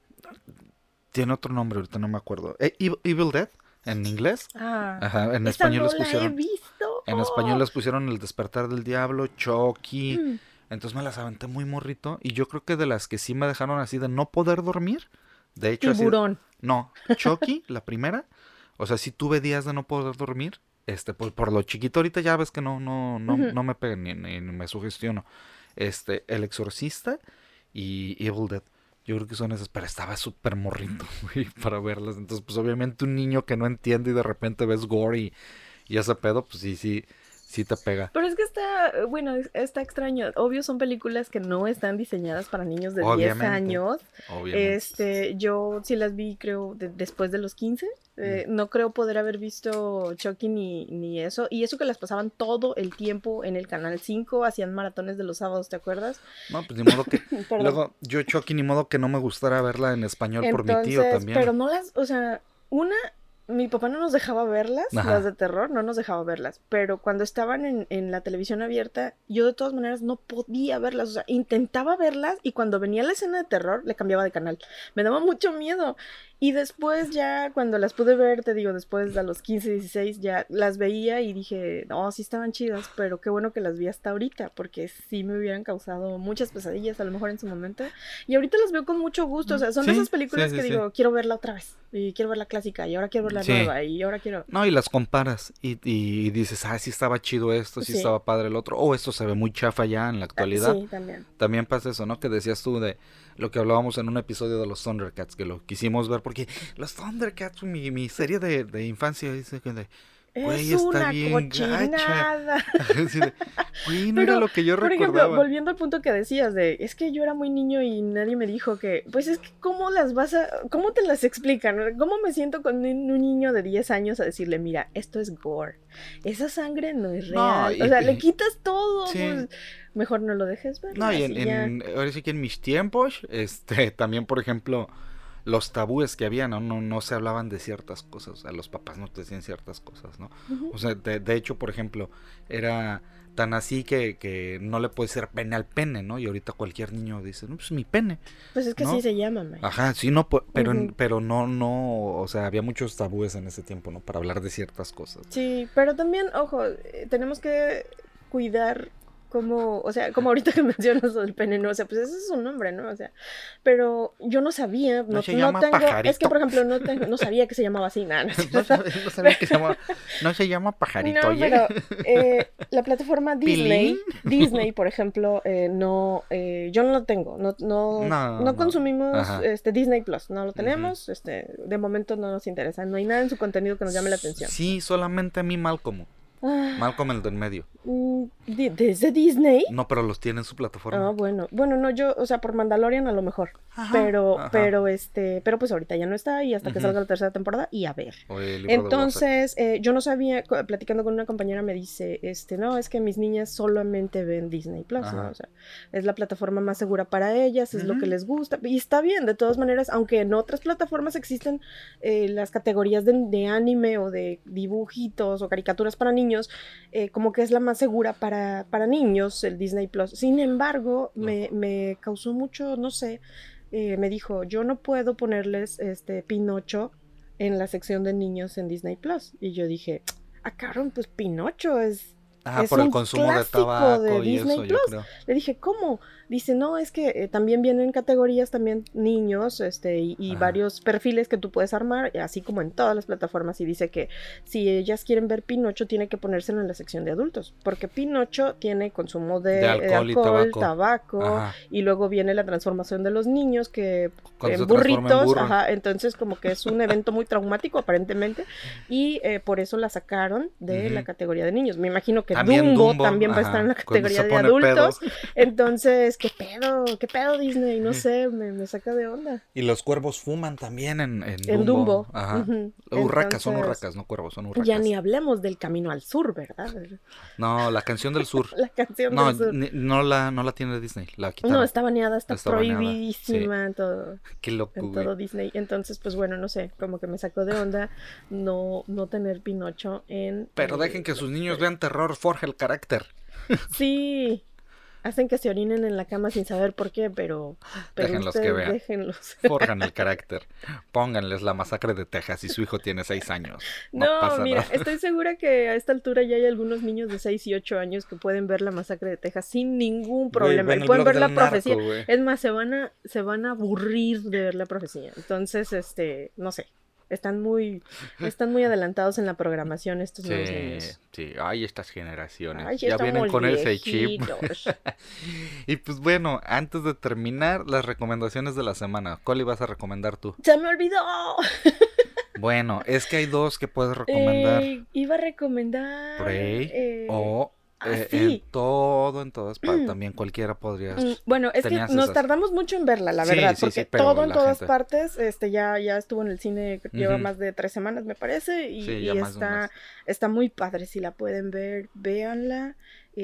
tiene otro nombre, ahorita no me acuerdo. Eh, Evil, Evil Dead, en inglés. Ah, Ajá, en esa español no les la he pusieron, visto. en español les pusieron El Despertar del Diablo, Chucky. Mm. Entonces me las aventé muy morrito. Y yo creo que de las que sí me dejaron así de no poder dormir. De hecho, así. Tiburón. No, Chucky, la primera. O sea, sí tuve días de no poder dormir. Este, pues por lo chiquito ahorita ya ves que no, no, no, Ujú. no me pegan ni, ni- ni me sugestiono. Este, El Exorcista y Evil Dead. Yo creo que son esas, pero estaba súper morrito, güey, para verlas. Entonces, pues obviamente un niño que no entiende y de repente ves gore y, y ese pedo, pues sí, sí, sí te pega. Pero es que está, bueno, es- está extraño. Obvio son películas que no están diseñadas para niños de diez Obviamente. años. Obviamente. Este, yo sí las vi, creo, de- después de los quince. Eh, Mm. no creo poder haber visto Chucky ni, ni eso. Y eso que las pasaban todo el tiempo en el Canal cinco, hacían maratones de los sábados, ¿te acuerdas? No, pues ni modo que. Perdón. Luego, yo Chucky, ni modo que no me gustara verla en español por mi tío Entonces, también. pero no las, o sea, una, mi papá no nos dejaba verlas, Ajá. las de terror, no nos dejaba verlas, pero cuando estaban en, en la televisión abierta, yo de todas maneras no podía verlas, o sea, intentaba verlas y cuando venía la escena de terror, le cambiaba de canal, me daba mucho miedo. Y después ya, cuando las pude ver, te digo, después a los quince, dieciséis, ya las veía y dije, no, sí estaban chidas, pero qué bueno que las vi hasta ahorita, porque sí me hubieran causado muchas pesadillas a lo mejor en su momento. Y ahorita las veo con mucho gusto, o sea, son de Sí, esas películas sí, que sí, digo, quiero verla otra vez, y quiero ver la clásica, y ahora quiero ver la Sí. nueva, y ahora quiero... No, y las comparas y, y dices, ah, sí estaba chido esto, sí, Sí. estaba padre el otro, o esto se ve muy chafa ya en la Ah, actualidad. sí, también. También pasa eso, ¿no? Que decías tú de lo que hablábamos en un episodio de los Thundercats, que lo quisimos ver porque los Thundercats, mi, mi serie de, de infancia, dice que de, güey, Es está una bien gacha. cochinada. Así de, güey, no Pero, era lo que yo por ejemplo, recordaba. volviendo al punto que decías de, es que yo era muy niño y nadie me dijo que, pues es que cómo las vas a, cómo te las explican, cómo me siento con un un niño de diez años a decirle, mira, esto es gore, esa sangre no es No, real, y- o sea, le quitas todo, Sí. pues, mejor no lo dejes ver. No, y así en, ya. en- ahora sí que en mis tiempos, este, también, por ejemplo, los tabúes que había, ¿no? No, no se hablaban de ciertas cosas, o sea, los papás no te decían ciertas cosas, ¿no? Ujú. O sea, de, de hecho, por ejemplo, era tan así que, que no le puede ser pene al pene, ¿no? Y ahorita cualquier niño dice, no, pues mi pene. Pues es que ¿no? sí se llama, Mike. Ajá, sí, no, pu- pero, Ujú. pero no, no, o sea, había muchos tabúes en ese tiempo, ¿no? Para hablar de ciertas cosas. Sí, pero también, ojo, eh, tenemos que cuidar como, o sea, como ahorita que mencionas lo del pene, ¿no? O sea, pues ese es un nombre, ¿no? O sea, pero yo no sabía, no, No se no llama tengo, es que pajarito. por ejemplo, no tengo, no sabía que se llamaba así, nada, no es No, cierto. sabía, no sabía que se llama, no se llama pajarito, No, oye. pero eh, la plataforma Disney, ¿Pilín? Disney, por ejemplo, eh, no, eh, yo no lo tengo, no, no, No, no, no. consumimos Ajá. este Disney Plus, no lo tenemos, este, de momento no nos interesa, no hay nada en su contenido que nos llame la atención. Sí, solamente a mí Malcolm. Ah, Malcolm el del medio. mm, ¿de- ¿Desde Disney? No, pero los tiene en su plataforma. Ah, bueno, bueno, no, yo, o sea, por Mandalorian a lo mejor, Ajá, pero, ajá. pero, este, pero pues ahorita ya no está y hasta que Ujú. salga la tercera temporada y a ver. O el libro de Boba Fett. Entonces, eh, yo no sabía, co- platicando con una compañera me dice, este, no, es que mis niñas solamente ven Disney Plus, ¿no? Ajá. O sea, es la plataforma más segura para ellas, es lo que Ujú. les gusta, y está bien, de todas maneras, aunque en otras plataformas existen eh, las categorías de, de anime o de dibujitos o caricaturas para niños, eh, como que es la más segura para, para niños, el Disney Plus. Sin embargo, me, me causó mucho, no sé, eh, me dijo, yo no puedo ponerles este Pinocho en la sección de niños en Disney Plus. Y yo dije, ah, cabrón, pues Pinocho es... Ah, es por el un consumo de clásico tabaco de y Disney eso, yo Plus. creo. Le dije, ¿cómo? Dice, no, es que eh, también vienen categorías, también niños, este, y, y Ajá. varios perfiles que tú puedes armar, así como en todas las plataformas, y dice que si ellas quieren ver Pinocho, tiene que ponérselo en la sección de adultos, porque Pinocho tiene consumo de, De eh, alcohol y alcohol, tabaco. tabaco, Ajá. y luego viene la transformación de los niños, que Cuando en se transforma en burritos, burro. ajá, entonces como que es un evento muy traumático aparentemente, y eh, por eso la sacaron de Ujú. la categoría de niños. Me imagino porque También Dumbo, Dumbo, también va a ajá, estar en la cuando categoría se de pone adultos. pedo. Entonces, ¿qué pedo? ¿Qué pedo Disney? No sé, me, me saca de onda. Y los cuervos fuman también en, en En Dumbo. Dumbo. Ajá. Ujú. Urracas, son Entonces, urracas, no cuervos, son urracas. ya ni hablemos del Camino al Sur, ¿verdad? No, la canción del sur. La canción No, del sur. ni- no la, no la tiene Disney, la quitaron. No, está baneada, está, Está baneada, prohibidísima en todo, Qué loco, en güey. todo Disney. Entonces, pues bueno, no sé, como que me sacó de onda no, no tener Pinocho en... Pero eh, dejen que sus los- niños vean terror, forja el carácter. Sí, hacen que se orinen en la cama sin saber por qué, pero, pero Déjenlos ustedes que vean. déjenlos. Forjan el carácter. Pónganles la masacre de Texas y su hijo tiene seis años. No, No, pasa mira, nada. estoy segura que a esta altura ya hay algunos niños de seis y ocho años que pueden ver la masacre de Texas sin ningún problema. ven Y el pueden blog ver la del narco, profecía. güey. Es más, se van a, se van a aburrir de ver la profecía. Entonces, este, no sé. Están muy, están muy adelantados en la programación estos nuevos Sí, niños. sí. Ay, estas generaciones. Ay, ya vienen estamos con ese chip. viejitos. Y pues bueno, antes de terminar, las recomendaciones de la semana. ¿Cuál ibas a recomendar tú? ¡Se me olvidó! Bueno, es que hay dos que puedes recomendar. Eh, iba a recomendar... Prey eh, o ah, eh, sí. en todo, en todas partes. También cualquiera podrías. Mm, Bueno, es que tenías nos esas. tardamos mucho en verla, la Sí, verdad, sí, porque sí, pero todo en la todas gente- partes, este, ya, ya estuvo en el cine, lleva Ujú. más de tres semanas, me parece, y, Sí, y ya más de un está, mes. está muy padre, si la pueden ver, véanla,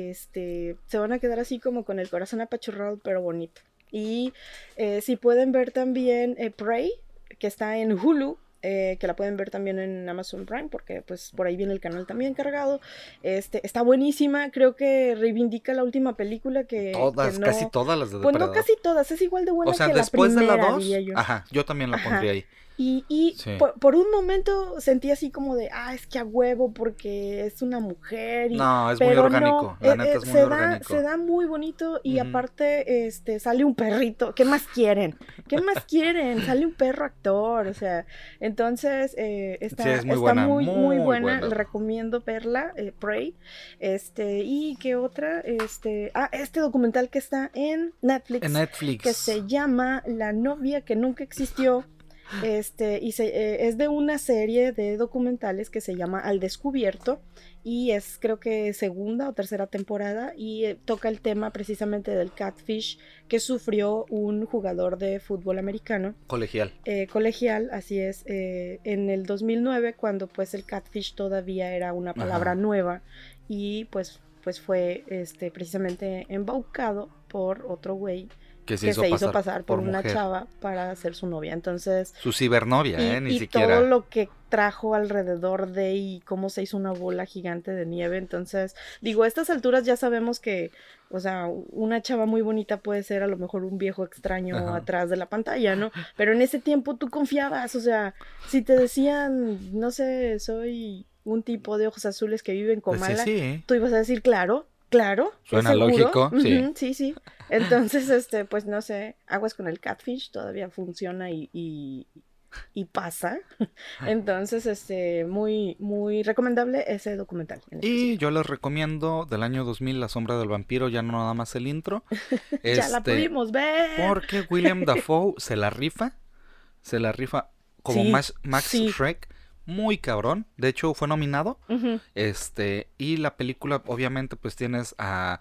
este, se van a quedar así como con el corazón apachurrado, pero bonito. Y eh, si pueden ver también eh, Prey, que está en Hulu, eh, que la pueden ver también en Amazon Prime, porque pues por ahí viene el canal también cargado. Este, está buenísima, creo que reivindica la última película que, Todas, que no- casi todas las de pues no Depredador. casi todas, es igual de buena O sea, que la después primera, de la dos, diría yo. ajá, yo también la Ajá. pondría ahí. Y, y Sí. por, por un momento sentí así como de, ah, es que a huevo porque es una mujer. Y, No, es muy pero orgánico, no, la eh, neta eh, es muy se orgánico. Da, se da muy bonito y Ujú. aparte este, sale un perrito. ¿Qué más quieren? ¿Qué más quieren? Sale un perro actor, o sea, entonces eh, está, Sí, es muy está buena, muy, muy muy buena. buena. Le recomiendo verla, eh, Prey. Este, y qué otra, este, ah, este documental que está en Netflix En Netflix. que se llama La novia que nunca existió. Este, y se, eh, es de una serie de documentales que se llama Al Descubierto y es creo que segunda o tercera temporada y eh, toca el tema precisamente del catfish que sufrió un jugador de fútbol americano Colegial. eh, colegial, así es, eh, en el dos mil nueve cuando pues el catfish todavía era una palabra Ajá. nueva y pues, pues fue este, precisamente embaucado por otro güey Que se, que hizo, se pasar hizo pasar por, una mujer. chava para ser su novia. Entonces, Su cibernovia, y, ¿eh? Ni y siquiera. todo lo que trajo alrededor de y cómo se hizo una bola gigante de nieve. Entonces, digo, a estas alturas ya sabemos que, o sea, una chava muy bonita puede ser a lo mejor un viejo extraño Ajá. atrás de la pantalla, ¿no? Pero en ese tiempo tú confiabas, o sea, si te decían, no sé, soy un tipo de ojos azules que vive en Pues Comala, sí, sí. tú ibas a decir, claro, claro. ¿es Suena seguro? lógico, sí. Ujú, sí, sí. Entonces, este, pues no sé, aguas con el catfish, todavía funciona y, y, y pasa. Entonces, este, muy, muy recomendable ese documental. en Y yo les recomiendo del año dos mil La sombra del vampiro, ya no nada más el intro. específico. Ya la Este, pudimos ver. Porque William Dafoe se la rifa, se la rifa como Sí, Max, Max sí. Shrek, muy cabrón. De hecho, fue nominado. Ujú. Este, y la película, obviamente, pues tienes a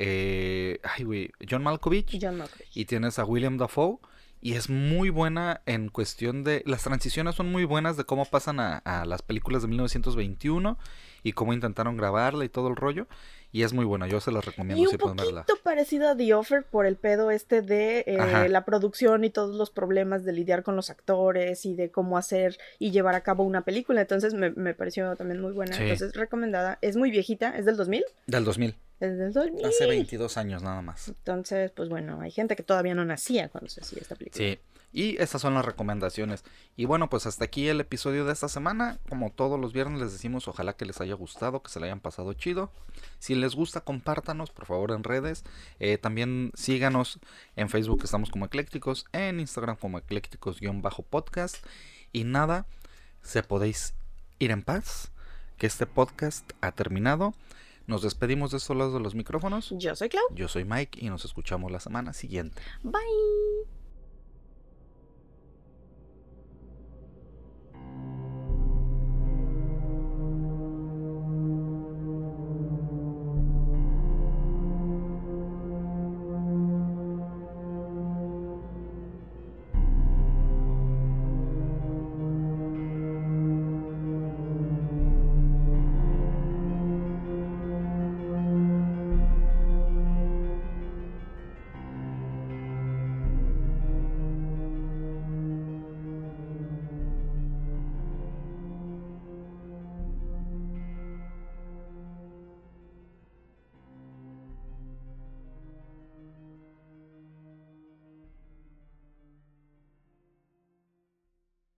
eh, ay, güey, John Malkovich John Malkovich. y tienes a William Dafoe. Y es muy buena en cuestión de... Las transiciones son muy buenas de cómo pasan a, a las películas de mil novecientos veintiuno y cómo intentaron grabarla y todo el rollo. Y es muy buena, yo se las recomiendo Y un si pueden verla. poquito parecido a The Offer por el pedo este de eh, Ajá. la producción y todos los problemas de lidiar con los actores y de cómo hacer y llevar a cabo una película. Entonces me, me pareció también muy buena. Sí. Entonces recomendada. Es muy viejita, es del dos mil. Del dos mil. Es del dos mil. Hace veintidós años nada más. Entonces, pues bueno, hay gente que todavía no nacía cuando se hacía esta película. Sí. Y estas son las recomendaciones. Y bueno, pues hasta aquí el episodio de esta semana. Como todos los viernes les decimos, ojalá que les haya gustado, que se le hayan pasado chido. Si les gusta, compártanos, por favor, en redes. Eh, también síganos en Facebook, estamos como Eclécticos. En Instagram como Eclécticos-podcast. Y nada, se podéis ir en paz, que este podcast ha terminado. Nos despedimos de estos lados de los micrófonos. Yo soy Clau. Yo soy Mike y nos escuchamos la semana siguiente. Bye.